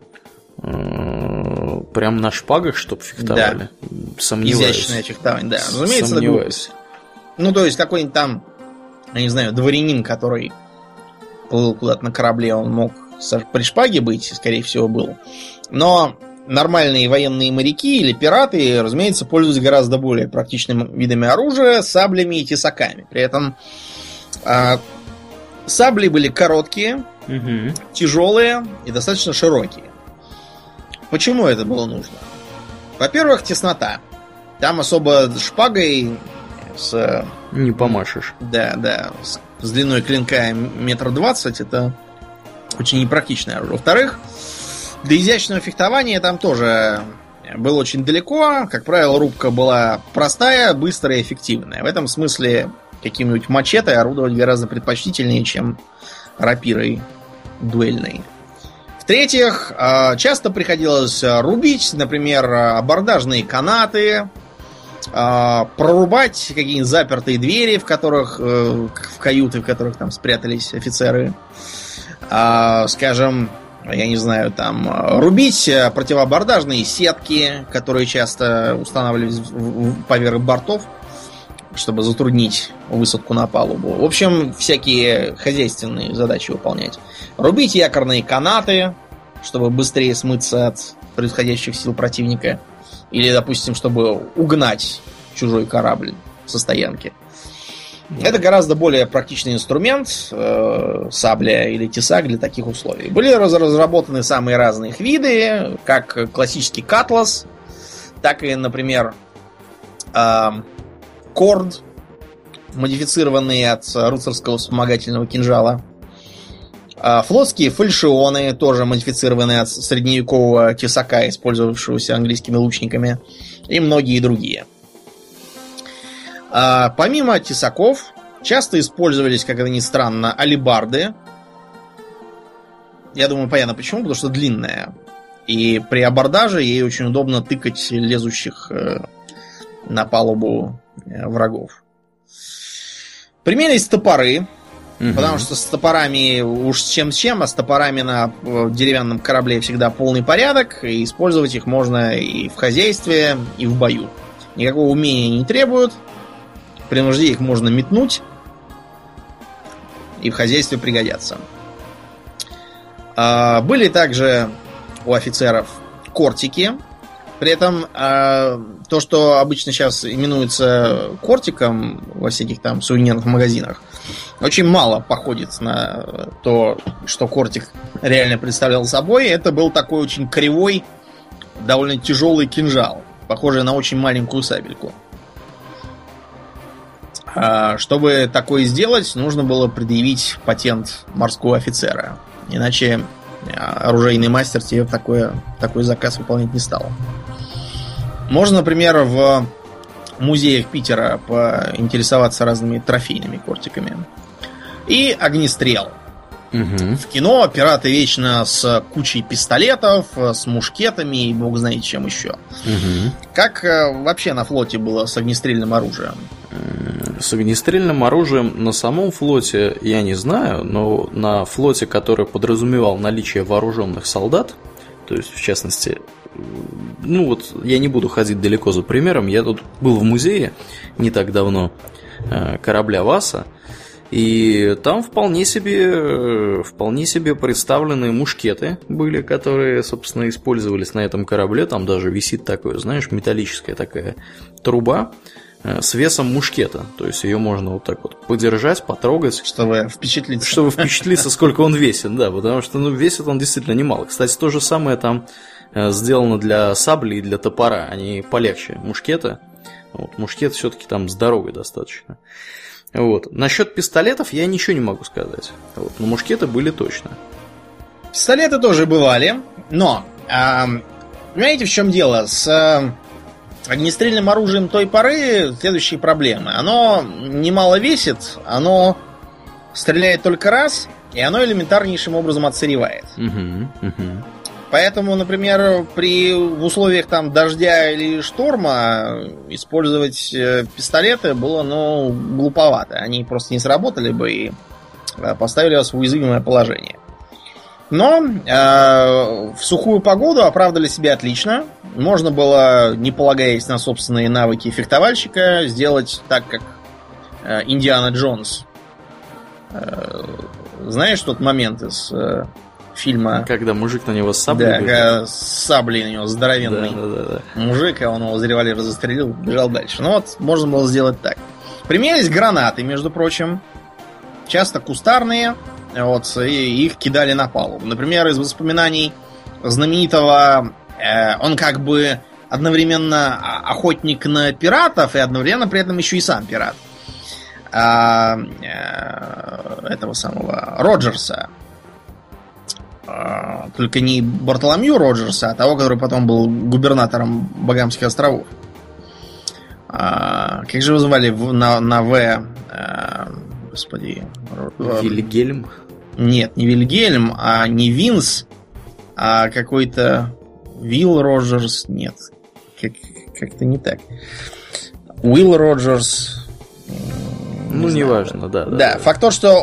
Прям на шпагах, чтоб фехтовали? Да. Сомневаюсь. Изящное фехтование, да. Разумеется, это глупость. Ну, то есть, какой-нибудь там, я не знаю, дворянин, который плыл куда-то на корабле, он мог при шпаге быть, скорее всего, был. Но нормальные военные моряки или пираты, разумеется, пользуются гораздо более практичными видами оружия, саблями и тесаками. При этом сабли были короткие, тяжелые и достаточно широкие. Почему это было нужно? Во-первых, теснота. Там особо шпагой не помашешь. Да. С длиной клинка 1,20 м это очень непрактичное оружие. Во-вторых, для изящного фехтования там тоже было очень далеко. Как правило, рубка была простая, быстрая и эффективная. В этом смысле каким-нибудь мачете орудовать гораздо предпочтительнее, чем рапирой дуэльной. В-третьих, часто приходилось рубить, например, абордажные канаты, прорубать какие-нибудь запертые двери, в каюты, в которых там спрятались офицеры. Скажем, я не знаю, там рубить противоабордажные сетки, которые часто устанавливались поверх бортов, чтобы затруднить высадку на палубу. В общем, всякие хозяйственные задачи выполнять. Рубить якорные канаты, чтобы быстрее смыться от происходящих сил противника. Или, допустим, чтобы угнать чужой корабль со стоянки. Это гораздо более практичный инструмент, сабля или тесак для таких условий. Были разработаны самые разные их виды, как классический катлас, так и, например, корд, модифицированный от рыцарского вспомогательного кинжала. Флотские фальшионы, тоже модифицированные от средневекового тесака, использовавшегося английскими лучниками, и многие другие. Помимо тесаков, часто использовались, как это ни странно, алебарды. Я думаю, понятно почему, потому что длинная. И при абордаже ей очень удобно тыкать лезущих на палубу врагов. Применились топоры. Потому что с топорами уж с чем, а с топорами на деревянном корабле всегда полный порядок, и использовать их можно и в хозяйстве, и в бою. Никакого умения не требуют. При нужде их можно метнуть, и в хозяйстве пригодятся. Были также у офицеров кортики. При этом то, что обычно сейчас именуется кортиком во всяких там сувенирных магазинах, очень мало походит на то, что кортик реально представлял собой. Это был такой очень кривой, довольно тяжелый кинжал, похожий на очень маленькую сабельку. Чтобы такое сделать, нужно было предъявить патент морского офицера. Иначе оружейный мастер тебе такой заказ выполнять не стал. Можно, например, в музеях Питера поинтересоваться разными трофейными кортиками. И огнестрел. В кино пираты вечно с кучей пистолетов, с мушкетами и бог знает чем еще. Как вообще на флоте было с огнестрельным оружием? С огнестрельным оружием на самом флоте я не знаю, но на флоте, который подразумевал наличие вооруженных солдат, то есть, в частности, ну вот я не буду ходить далеко за примером, я тут был в музее не так давно корабля Васа, и там вполне себе представлены мушкеты были, которые, собственно, использовались на этом корабле. Там даже висит такое, знаешь, металлическая такая труба с весом мушкета. То есть ее можно вот так вот подержать, потрогать. Чтобы впечатлиться. Чтобы впечатлиться, сколько он весит, да, потому что весит он действительно немало. Кстати, то же самое там сделано для сабли и для топора. Они полегче мушкета. Вот, мушкет все-таки там здоровый достаточно. Вот. Насчет пистолетов я ничего не могу сказать. Вот. Но мушкеты были точно. Пистолеты тоже бывали, но понимаете, в чем дело? С огнестрельным оружием той поры следующие проблемы. Оно немало весит, оно стреляет только раз, и оно элементарнейшим образом отсыревает. Поэтому, например, в условиях там дождя или шторма использовать пистолеты было, глуповато. Они просто не сработали бы и поставили вас в уязвимое положение. Но в сухую погоду оправдали себя отлично. Можно было, не полагаясь на собственные навыки фехтовальщика, сделать так, как Индиана Джонс. Знаешь тот момент из фильма... Когда мужик на него с саблей бежит. Да, с саблей на него здоровенный мужик, а он его из револьвера застрелил, бежал дальше. Ну вот, можно было сделать так. Применялись гранаты, между прочим. Часто кустарные. Вот, и их кидали на палубу. Например, из воспоминаний знаменитого... он как бы одновременно охотник на пиратов и одновременно при этом еще и сам пират. Этого самого Роджерса. Только не Бартоломью Роджерса, а того, который потом был губернатором Багамских островов. Как же его звали на В? Господи. Вильгельм? Нет, не Вильгельм, а не Винс, а какой-то Вилл Роджерс. Нет, как-то не так. Уилл Роджерс. Неважно, да. Да, факт то, что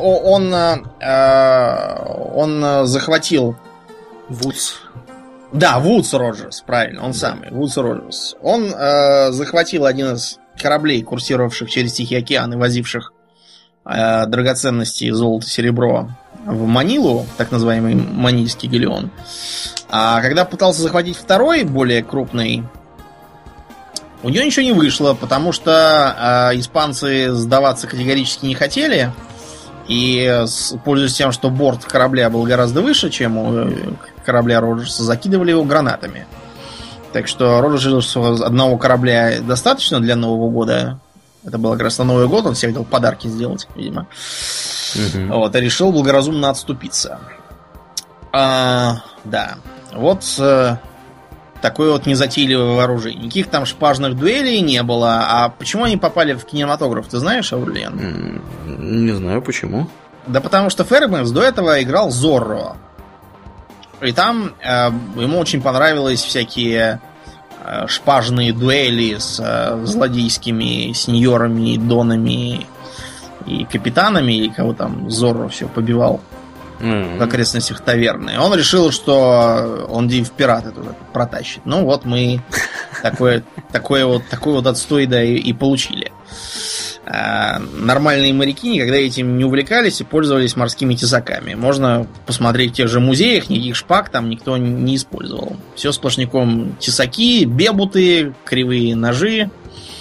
он захватил... Вудс. Да, Вудс Роджерс, правильно, он самый, Вудс Роджерс. Он захватил один из кораблей, курсировавших через Тихий океан и возивших драгоценности, золото, серебро в Манилу, так называемый Манильский галеон. А когда пытался захватить второй, более крупный, у него ничего не вышло, потому что испанцы сдаваться категорически не хотели. И, пользуясь тем, что борт корабля был гораздо выше, чем у корабля Роджерса, закидывали его гранатами. Так что Роджерсу одного корабля достаточно для Нового года. Это было как раз на Новый год, он себе хотел подарки сделать, видимо. Вот, и решил благоразумно отступиться. Да. Вот... такое вот незатейливое вооружение. Никаких там шпажных дуэлей не было. А почему они попали в кинематограф, ты знаешь, Аурлиен? Не знаю, почему. Да потому что Фэрбенкс до этого играл Зорро. И там ему очень понравились всякие шпажные дуэли с злодейскими сеньорами, донами и капитанами, и кого там Зорро все побивал в окрестностях таверны. Он решил, что он в пираты туда протащит. Ну вот мы такой вот отстой, да, и получили. Нормальные моряки никогда этим не увлекались и пользовались морскими тесаками. Можно посмотреть в тех же музеях, никаких шпаг там никто не использовал. Все сплошняком тесаки, бебуты, кривые ножи,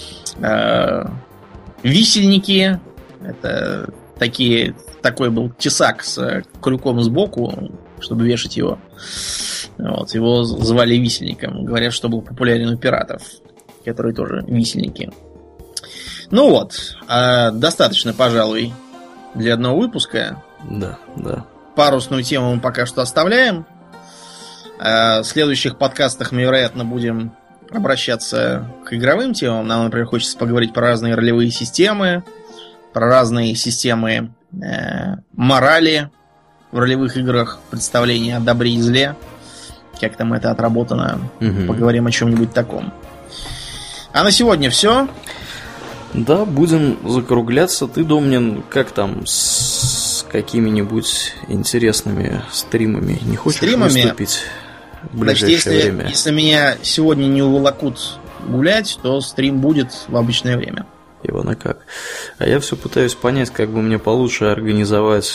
висельники. Это такой был тесак с крюком сбоку, чтобы вешать его. Вот, его звали висельником. Говорят, что был популярен у пиратов, которые тоже висельники. Ну вот, достаточно, пожалуй, для одного выпуска. Да. Парусную тему мы пока что оставляем. В следующих подкастах мы, вероятно, будем обращаться к игровым темам. Нам, например, хочется поговорить про разные ролевые системы, про разные системы морали в ролевых играх, представления о добре и зле, как там это отработано. Поговорим о чем-нибудь таком. А на сегодня все. Да, будем закругляться. Ты, Домнин, как там с какими-нибудь интересными стримами? Не хочешь выступить в ближайшее время? Если меня сегодня не уволокут гулять, то стрим будет в обычное время. Ивана как? А я все пытаюсь понять, как бы мне получше организовать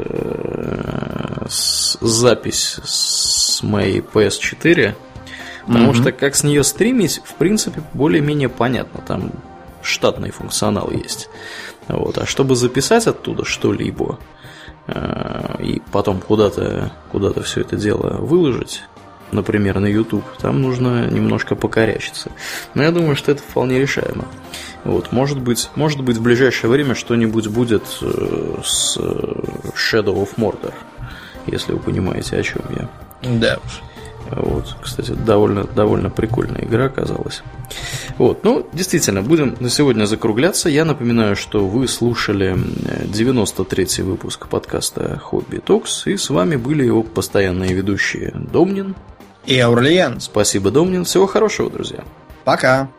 запись с моей PS4. Потому что как с нее стримить, в принципе, более-менее понятно. Там штатный функционал есть. Вот. А чтобы записать оттуда что-либо и потом куда-то все это дело выложить, например, на YouTube, там нужно немножко покорячиться. Но я думаю, что это вполне решаемо. Вот. Может быть, в ближайшее время что-нибудь будет с Shadow of Mordor, если вы понимаете, о чем я. Да уж. Вот, кстати, довольно прикольная игра оказалась. Вот, ну, действительно, будем на сегодня закругляться. Я напоминаю, что вы слушали 93-й выпуск подкаста Hobby Talks, и с вами были его постоянные ведущие Домнин и Аурлиен. Спасибо, Домнин. Всего хорошего, друзья. Пока.